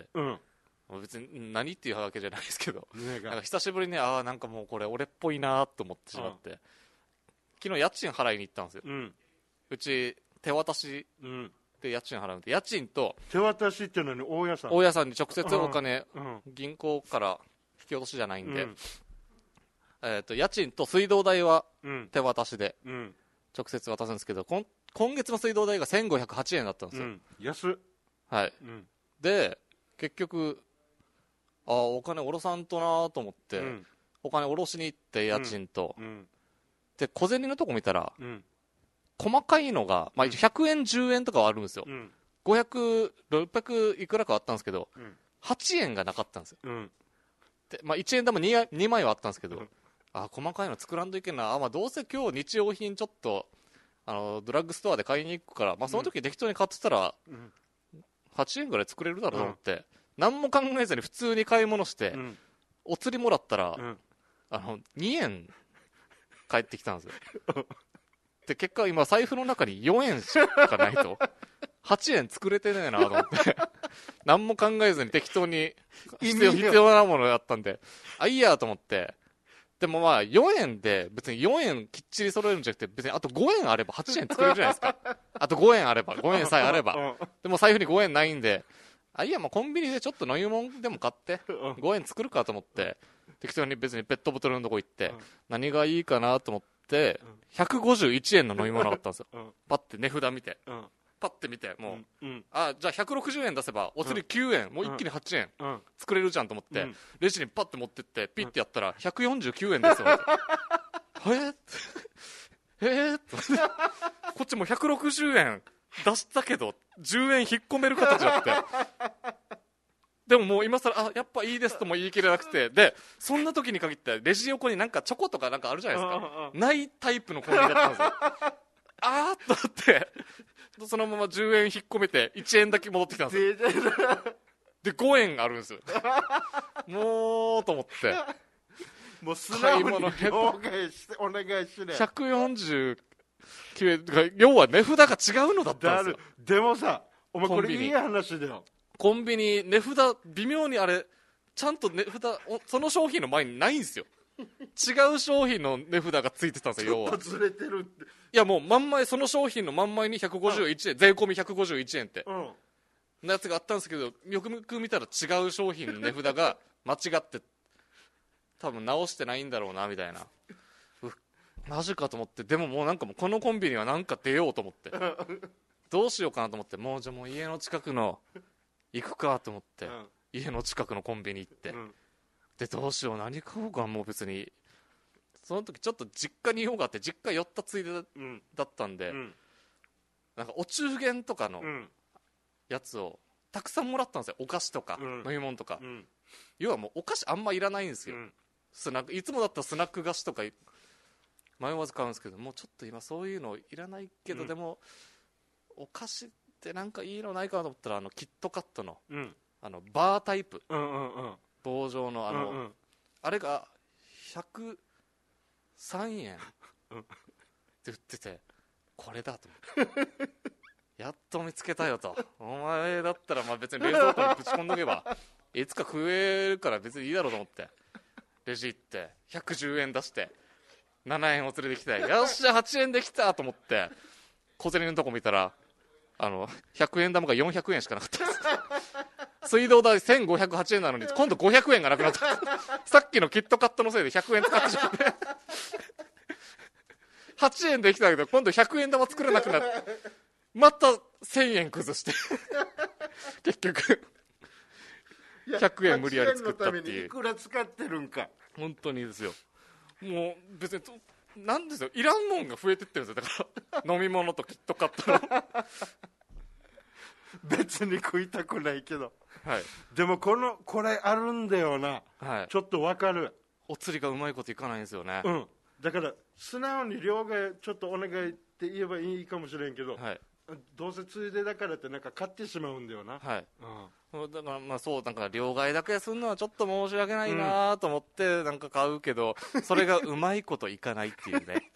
うん、別に何っていうわけじゃないですけど、なんか久しぶりにああなんかもうこれ俺っぽいなと思ってしまって、うん、昨日家賃払いに行ったんですよ、うん、うち手渡しで家賃払うんで、家賃と手渡しっていうのに大家さん大家さんに直接お金、うん、銀行から引き落としじゃないんで、うん、えー、と家賃と水道代は手渡しで直接渡すんですけど、こん今月の水道代がせんごひゃくはちえんだったんですよ、うん、 安っ。 はい、うん、で結局あお金下ろさんとなと思って、うん、お金下ろしに行って家賃と、うん、で小銭のとこ見たら、うん、細かいのが、まあ、ひゃくえんじゅうえんとかはあるんですよ、うん、ごひゃく、ろっぴゃくいくらかあったんですけど、うん、はちえんがなかったんですよ、うん、で、まあ、いちえん玉 2, にまいはあったんですけど、うん、あ細かいの作らんといけんなあ、まあ、どうせ今日日用品ちょっとあのドラッグストアで買いに行くから、まあ、その時適当に買ってたら、うん、はちえんぐらい作れるだろうと思って、うん、何も考えずに普通に買い物して、うん、お釣りもらったら、うん、あのにえん返ってきたんですよで結果今財布の中によえんしかないとはちえん作れてねえなと思って何も考えずに適当に必要、必要なものやったんであいいやと思って、でもまあよえんで別によえんきっちり揃えるんじゃなくて、別にあとごえんあればはちえん作れるじゃないですかあとごえんあればごえんさえあればでも財布にごえんないんで、あいやもうコンビニでちょっと飲み物でも買ってごえん作るかと思って適当に別にペットボトルのとこ行って何がいいかなと思ってひゃくごじゅういちえんの飲み物があったんですよパッて値札見てパッて見てもう、うん、あじゃあひゃくろくじゅうえん出せばお釣りきゅうえん、うん、もう一気にはちえん、うん、作れるじゃんと思って、うん、レジにパッて持ってってピッてやったらひゃくよんじゅうきゅうえんですよえー、えー、こっちもひゃくろくじゅうえん出したけどじゅうえん引っ込める形だってでももう今更あやっぱいいですとも言い切れなくて、でそんな時に限ってレジ横になんかチョコとかなんかあるじゃないですか、ないタイプのコンビニだったんですよあーっと思ってそのままじゅうえん引っ込めていちえんだけ戻ってきたんですよでごえんあるんですよもうと思ってもう素直にお願いしてお願いしねひゃくよんじゅうきゅうえん要は値札が違うのだったんですよ。 でもさお前これいい話だよ、 コンビニ値札微妙にあれちゃんと値札その商品の前にないんですよ違う商品の値札がついてたんですよ。要はちょっとずれてるって、 いやもう真ん前その商品の真ん前にひゃくごじゅういちえん、うん、税込みひゃくごじゅういちえんって、うん、のやつがあったんですけど、よくよく見たら違う商品の値札が間違って多分直してないんだろうなみたいなマジかと思って、でももうなんかもうこのコンビニはなんか出ようと思ってどうしようかなと思って、もうじゃあもう家の近くの行くかと思って、うん、家の近くのコンビニ行って、うん、でどうしよう何買おうか、もう別にその時ちょっと実家に用があって実家寄ったついでだったんで、うん、なんかお中元とかのやつをたくさんもらったんですよ、お菓子とか、うん、飲み物とか、うん、要はもうお菓子あんまいらないんですよ、うん、スナックいつもだったらスナック菓子とか迷わず買うんですけど、もうちょっと今そういうのいらないけど、うん、でもお菓子ってなんかいいのないかなと思ったら、あのキットカットの、うん、あのバータイプ、うんうんうん、棒状のあの、うんうん、あれがひゃくさんえんって売ってて、これだと思ってやっと見つけたよと。お前だったらまあ別に冷蔵庫にぶち込んどけばいつか食えるから別にいいだろうと思ってレジ行ってひゃくじゅうえん出してななえんを連れてきて、よっしゃはちえんできたと思って小銭のとこ見たらあのひゃくえん玉がよんひゃくえんしかなかったです水道代せんごひゃくはちえんなのに今度ごひゃくえんがなくなったさっきのキットカットのせいでひゃくえん使ってしまってはちえんできたけど今度ひゃくえん玉作れなくなってまたせんえん崩して結局ひゃくえん無理やり作ったっていう。はちえんのためにいくら使ってるんか。 本当にですよ。もう別になんですよ、いらんもんが増えてってるんですよ。だから飲み物とキットカットの別に食いたくないけど、 はい、 でもこのこれあるんだよな、はい、ちょっとわかる。 お釣りがうまいこといかないんですよね。 うん、だから素直に両替ちょっとお願いって言えばいいかもしれんけど、はい、どうせついでだからってなんか買ってしまうんだよな。はい、うん、 だからまあそうなんか両替だけするのはちょっと申し訳ないなと思ってなんか買うけど、うん、それがうまいこといかないっていうね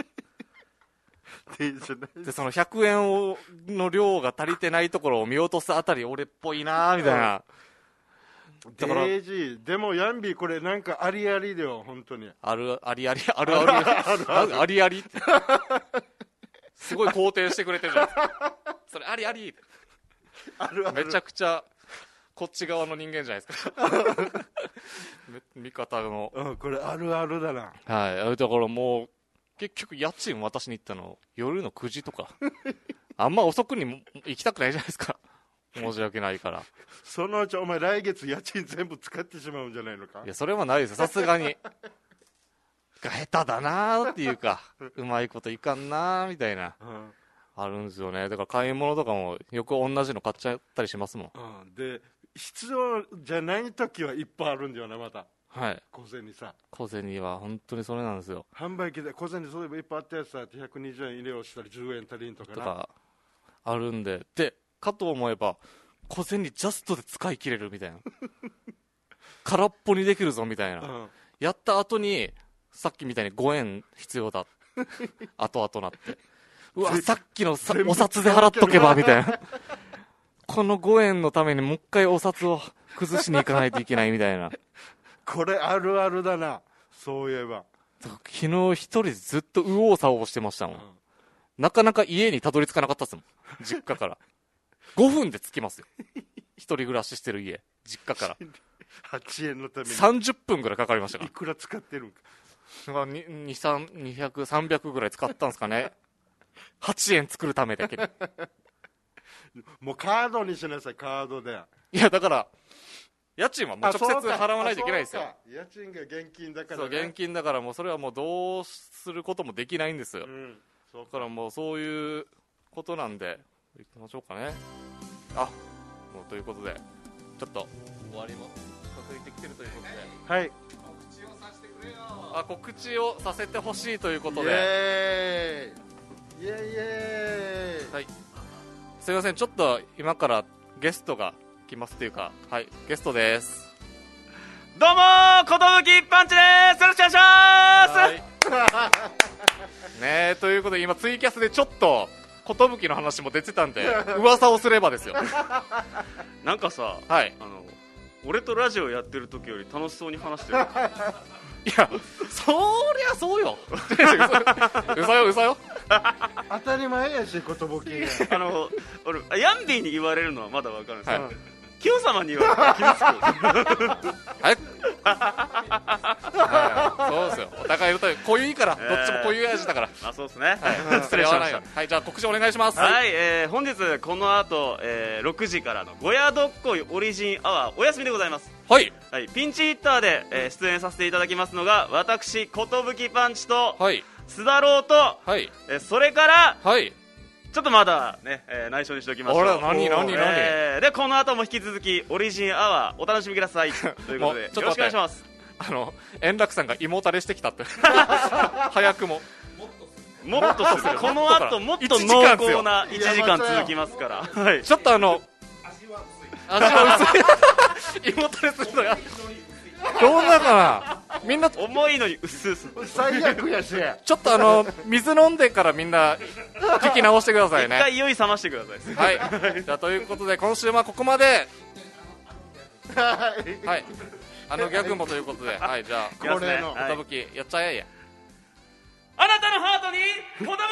でそのひゃくえんをの量が足りてないところを見落とすあたり俺っぽいなみたいな。 だからデイジーでもヤンビーこれなんかありありだよ本当に。 あるありありあるあるあるありありってすごい肯定してくれてるじゃないですかそれありありあるあるめちゃくちゃこっち側の人間じゃないですか味方の、 うん、これあるあるだな。 はい、だからもう結局家賃渡しに行ったの夜のくじとかあんま遅くに行きたくないじゃないですか申し訳ないから。 そのうちお前来月家賃全部使ってしまうんじゃないのか。 いやそれはないですさすがにが下手だなっていうかうまいこといかんなみたいな、うん、あるんですよね。だから買い物とかもよく同じの買っちゃったりしますもん、 うん、で必要じゃない時はいっぱいあるんだよなまた。 はい、 小銭さ小銭は本当にそれなんですよ。 販売機で小銭そういえばいっぱいあったやつだってひゃくにじゅうえん入れをしたらじゅうえん足りんとかなとかあるんで、でかと思えば小銭ジャストで使い切れるみたいな空っぽにできるぞみたいな、うん、やった後にさっきみたいにごえん必要だ後々なってうわさっきのさお札で払っとけばみたいなこのごえんのためにもう一回お札を崩しに行かないといけないみたいなこれあるあるだな。そういえば昨日一人でずっと右往左往してましたもん、うん、なかなか家にたどり着かなかったですもん実家からごふんで着きますよ一人暮らししてる家実家からはちえんのためにさんじゅっぷんぐらいかかりましたから。 いくら使ってるんかにひゃく、さんびゃくぐらい使ったんですかねはちえん作るためだけにもうカードにしなさいカードで。 いやだから家賃はもう直接払わないといけないですよ。 家賃が現金だから、 ね、そう現金だからもうそれはもうどうすることもできないんですよ、うん、だからもうそういうことなんでいきましょうかね。あもうということでちょっと終わりも近づいてきてるということで、 はい告知をさせてくれよ。あ告知をさせてほしいということでイエーイイエーイイエーイ、 はい、すいませんちょっと今からゲストが来ますっていうか、はい、ゲストです。 どうもー、ことぶきパンチでーす。よろしくお願いしまーすねえ、ということで今ツイキャスでちょっとことぶきの話も出てたんで噂をすればですよなんかさ、 はい、 あの俺とラジオやってる時より楽しそうに話してるいやそりゃそうよ嘘よ嘘よ当たり前やしことぼきあの俺ヤンビーに言われるのはまだ分かるんですけど、はい、キヨ様に言われたら傷つくはいそうですよお互いの濃ゆいから、えー、どっちも濃ゆい味だからまあそうですね、 はい、失礼しました。はいじゃあ告知お願いします。 はい、えー、本日この後、えー、ろくじからのゴヤどっこいオリジンアワーお休みでございます。 はい、 はい、ピンチヒッターで、えー、出演させていただきますのが私ことぶきパンチと、 はい、 須田郎と、 はい、 えー、それから、 はい、 ちょっとまだね、えー、内緒にしておきましょう。 あら何何何、 えー、でこの後も引き続きオリジンアワーお楽しみくださいということでよろしくお願いします。 あの円楽さんが胃もたれしてきたって早くももっとするこの後もっと濃厚ないちじかん続きますから、はい、 ちょっとあの味は薄い味は薄い胃もたれするのやどうだかなみんな重いのにうすうす最悪やしちょっとあの水飲んでからみんな聞き直してくださいね。 一回酔い覚ましてください。はい。じゃあということで今週はここまで。はい。あのギャグもということで、はい、じゃあこれの寿きやっちゃえや。 あなたのハートに寿パン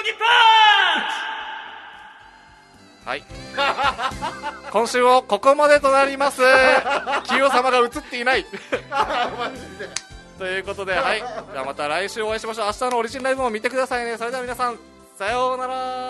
チ。はい。今週もここまでとなります。清様が映っていない。ということで、はい。じゃあまた来週お会いしましょう。明日のオリジンライブも見てくださいね。それでは皆さん、さようなら。